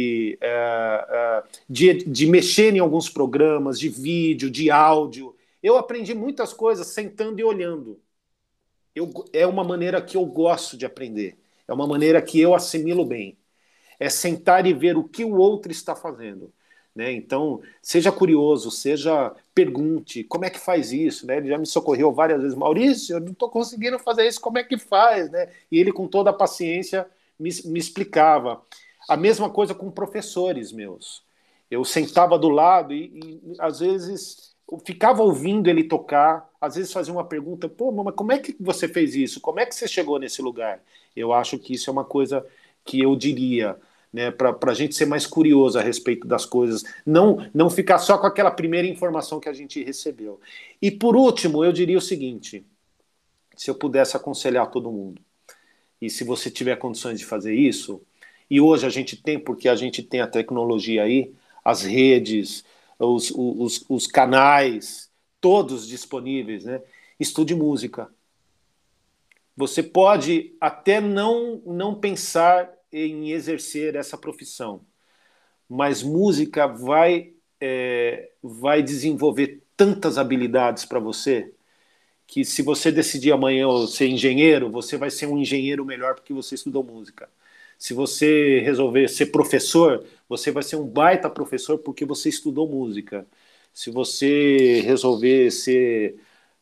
[SPEAKER 3] mexer em alguns programas, de vídeo, de áudio. Eu aprendi muitas coisas sentando e olhando. É uma maneira que eu gosto de aprender. É uma maneira que eu assimilo bem. É sentar e ver o que o outro está fazendo. Né? Então, seja curioso, pergunte, como é que faz isso? Né? Ele já me socorreu várias vezes. Maurício, eu não estou conseguindo fazer isso, como é que faz? Né? E ele, com toda a paciência, me explicava. A mesma coisa com professores meus. Eu sentava do lado e às vezes, eu ficava ouvindo ele tocar, às vezes fazia uma pergunta, mas como é que você fez isso? Como é que você chegou nesse lugar? Eu acho que isso é uma coisa que eu diria, né, para a gente ser mais curioso a respeito das coisas, não ficar só com aquela primeira informação que a gente recebeu. E por último, eu diria o seguinte: se eu pudesse aconselhar todo mundo, e se você tiver condições de fazer isso, e hoje a gente tem, porque a gente tem a tecnologia aí, as redes, os canais, todos disponíveis, né? Estude música. Você pode até não pensar em exercer essa profissão, mas música vai desenvolver tantas habilidades para você que, se você decidir amanhã ser engenheiro, você vai ser um engenheiro melhor porque você estudou música. Se você resolver ser professor, você vai ser um baita professor porque você estudou música. Se você resolver ser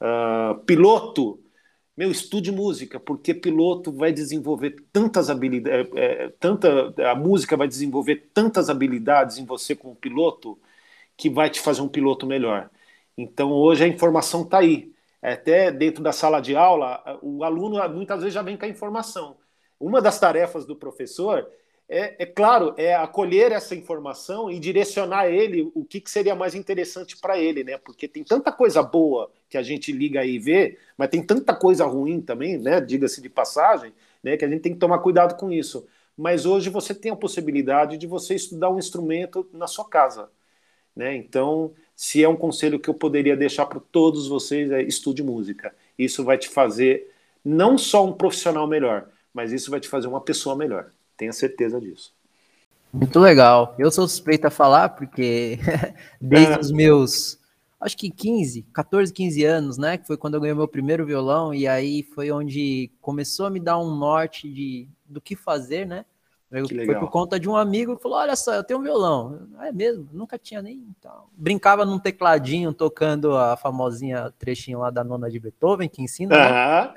[SPEAKER 3] piloto, estude música, porque piloto vai desenvolver tantas habilidades, a música vai desenvolver tantas habilidades em você como piloto que vai te fazer um piloto melhor. Então, hoje a informação está aí. Até dentro da sala de aula, o aluno muitas vezes já vem com a informação. Uma das tarefas do professor claro, é acolher essa informação e direcionar ele o que seria mais interessante para ele, né? Porque tem tanta coisa boa que a gente liga aí e vê, mas tem tanta coisa ruim também, né? Diga-se de passagem, né? Que a gente tem que tomar cuidado com isso. Mas hoje você tem a possibilidade de você estudar um instrumento na sua casa, né? Então, se é um conselho que eu poderia deixar para todos vocês, estude música. Isso vai te fazer não só um profissional melhor, mas isso vai te fazer uma pessoa melhor. Tenha certeza disso.
[SPEAKER 1] Muito legal. Eu sou suspeito a falar porque desde os meus, acho que 14, 15 anos, né, que foi quando eu ganhei meu primeiro violão, e aí foi onde começou a me dar um norte do que fazer, né? Foi por conta de um amigo que falou, olha só, eu tenho um violão. É mesmo? Nunca tinha nem... Então, brincava num tecladinho, tocando a famosinha trechinho lá da Nona de Beethoven, que ensina, né?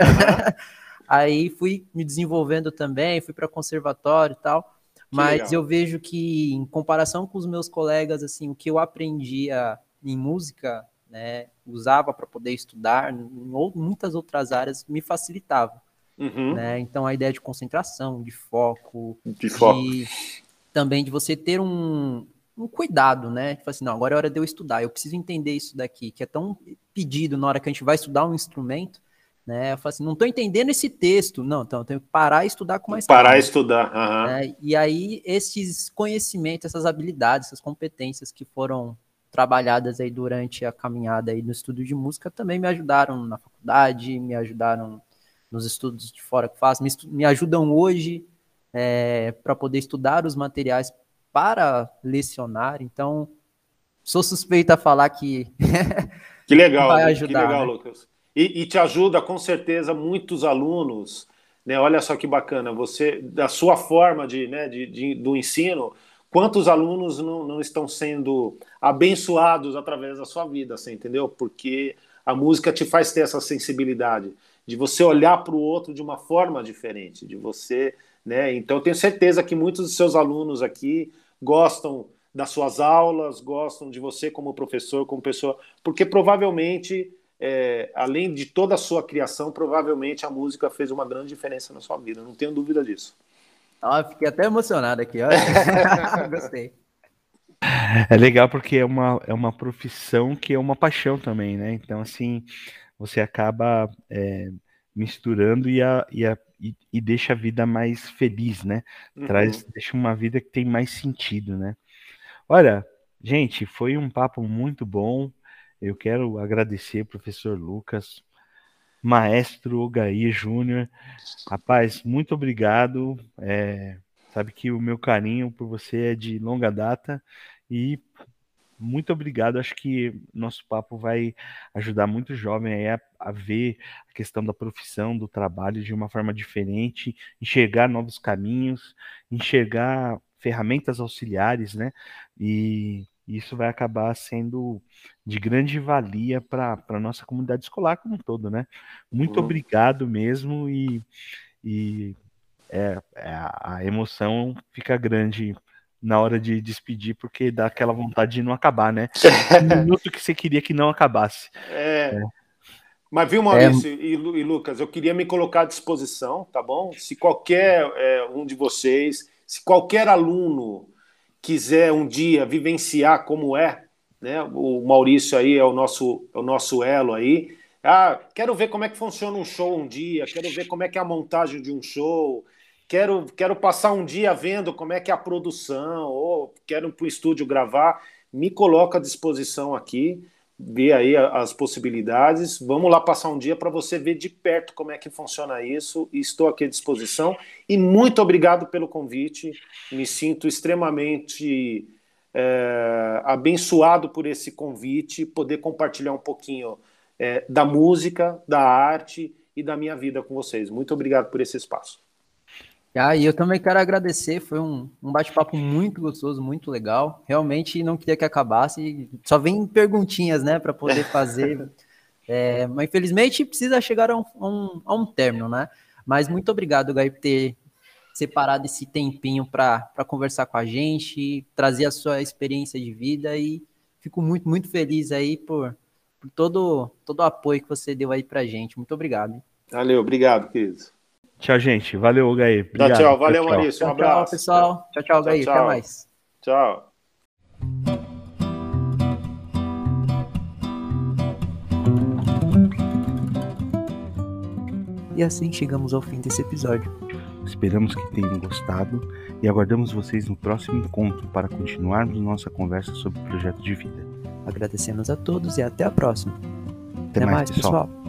[SPEAKER 1] Aí fui me desenvolvendo também, fui para conservatório e tal, mas eu vejo que, em comparação com os meus colegas, assim, o que eu aprendia em música, né, usava para poder estudar, muitas outras áreas me facilitava. Né? Então, a ideia de concentração, de foco, também de você ter um cuidado, né? Tipo assim, não, agora é hora de eu estudar, eu preciso entender isso daqui, que é tão pedido na hora que a gente vai estudar um instrumento, né? Eu falo assim, não estou entendendo esse texto. Não, então eu tenho que parar e estudar com mais calma.
[SPEAKER 3] Parar e estudar.
[SPEAKER 1] Né? E aí, esses conhecimentos, essas habilidades, essas competências que foram trabalhadas aí durante a caminhada aí no estudo de música também me ajudaram na faculdade, me ajudaram nos estudos de fora que faço, me ajudam hoje para poder estudar os materiais para lecionar. Então, sou suspeito a falar que
[SPEAKER 3] que legal,
[SPEAKER 1] vai ajudar,
[SPEAKER 3] que legal,
[SPEAKER 1] né?
[SPEAKER 3] Lucas. E te ajuda, com certeza, muitos alunos, né? Olha só que bacana, você, da sua forma do ensino, quantos alunos não estão sendo abençoados através da sua vida, você entendeu? Porque a música te faz ter essa sensibilidade de você olhar para o outro de uma forma diferente, de você, né? Então, eu tenho certeza que muitos dos seus alunos aqui gostam das suas aulas, gostam de você como professor, como pessoa, porque provavelmente, além de toda a sua criação, provavelmente a música fez uma grande diferença na sua vida, não tenho dúvida disso.
[SPEAKER 1] Fiquei até emocionado aqui, olha. Gostei.
[SPEAKER 2] É legal porque é uma profissão que é uma paixão também, né? Então, assim, você acaba misturando e deixa a vida mais feliz, né? Deixa uma vida que tem mais sentido, né? Olha, gente, foi um papo muito bom. Eu quero agradecer, professor Lucas, maestro Ogaí Júnior. Rapaz, muito obrigado. Sabe que o meu carinho por você é de longa data e muito obrigado. Acho que nosso papo vai ajudar muito jovem aí a ver a questão da profissão, do trabalho de uma forma diferente, enxergar novos caminhos, enxergar ferramentas auxiliares, né? E isso vai acabar sendo de grande valia para a nossa comunidade escolar como um todo, né? Muito obrigado mesmo e a emoção fica grande na hora de despedir, porque dá aquela vontade de não acabar, né? Um minuto que você queria que não acabasse.
[SPEAKER 3] Mas viu, Maurício e Lucas, eu queria me colocar à disposição, tá bom? Se qualquer um de vocês, se qualquer aluno quiser um dia vivenciar como né? O Maurício aí é o nosso elo aí. Quero ver como é que funciona um show um dia, quero ver como é que é a montagem de um show, quero passar um dia vendo como é que é a produção, ou quero ir para o estúdio gravar, me coloco à disposição aqui, ver aí as possibilidades. Vamos lá passar um dia para você ver de perto como é que funciona isso, e estou aqui à disposição. E muito obrigado pelo convite, me sinto extremamente abençoado por esse convite, poder compartilhar um pouquinho da música, da arte e da minha vida com vocês. Muito obrigado por esse espaço.
[SPEAKER 1] E eu também quero agradecer, foi um bate-papo muito gostoso, muito legal. Realmente não queria que acabasse, só vem perguntinhas, né, para poder fazer. Mas infelizmente precisa chegar a um término, né? Mas muito obrigado, Gai, por ter separado esse tempinho para conversar com a gente, trazer a sua experiência de vida e fico muito, muito feliz aí por todo o apoio que você deu aí pra gente. Muito obrigado.
[SPEAKER 3] Valeu, obrigado, querido.
[SPEAKER 2] Tchau, gente. Valeu, Gaí.
[SPEAKER 3] Tchau,
[SPEAKER 2] Obrigado.
[SPEAKER 3] tchau. Valeu,
[SPEAKER 2] Tchau.
[SPEAKER 3] Maurício. Um
[SPEAKER 1] Tchau,
[SPEAKER 3] abraço.
[SPEAKER 1] pessoal. Tchau, Gai. Até mais.
[SPEAKER 3] Tchau.
[SPEAKER 1] E assim chegamos ao fim desse episódio.
[SPEAKER 2] Esperamos que tenham gostado e aguardamos vocês no próximo encontro para continuarmos nossa conversa sobre o projeto de vida.
[SPEAKER 1] Agradecemos a todos e até a próxima.
[SPEAKER 2] Até mais, pessoal.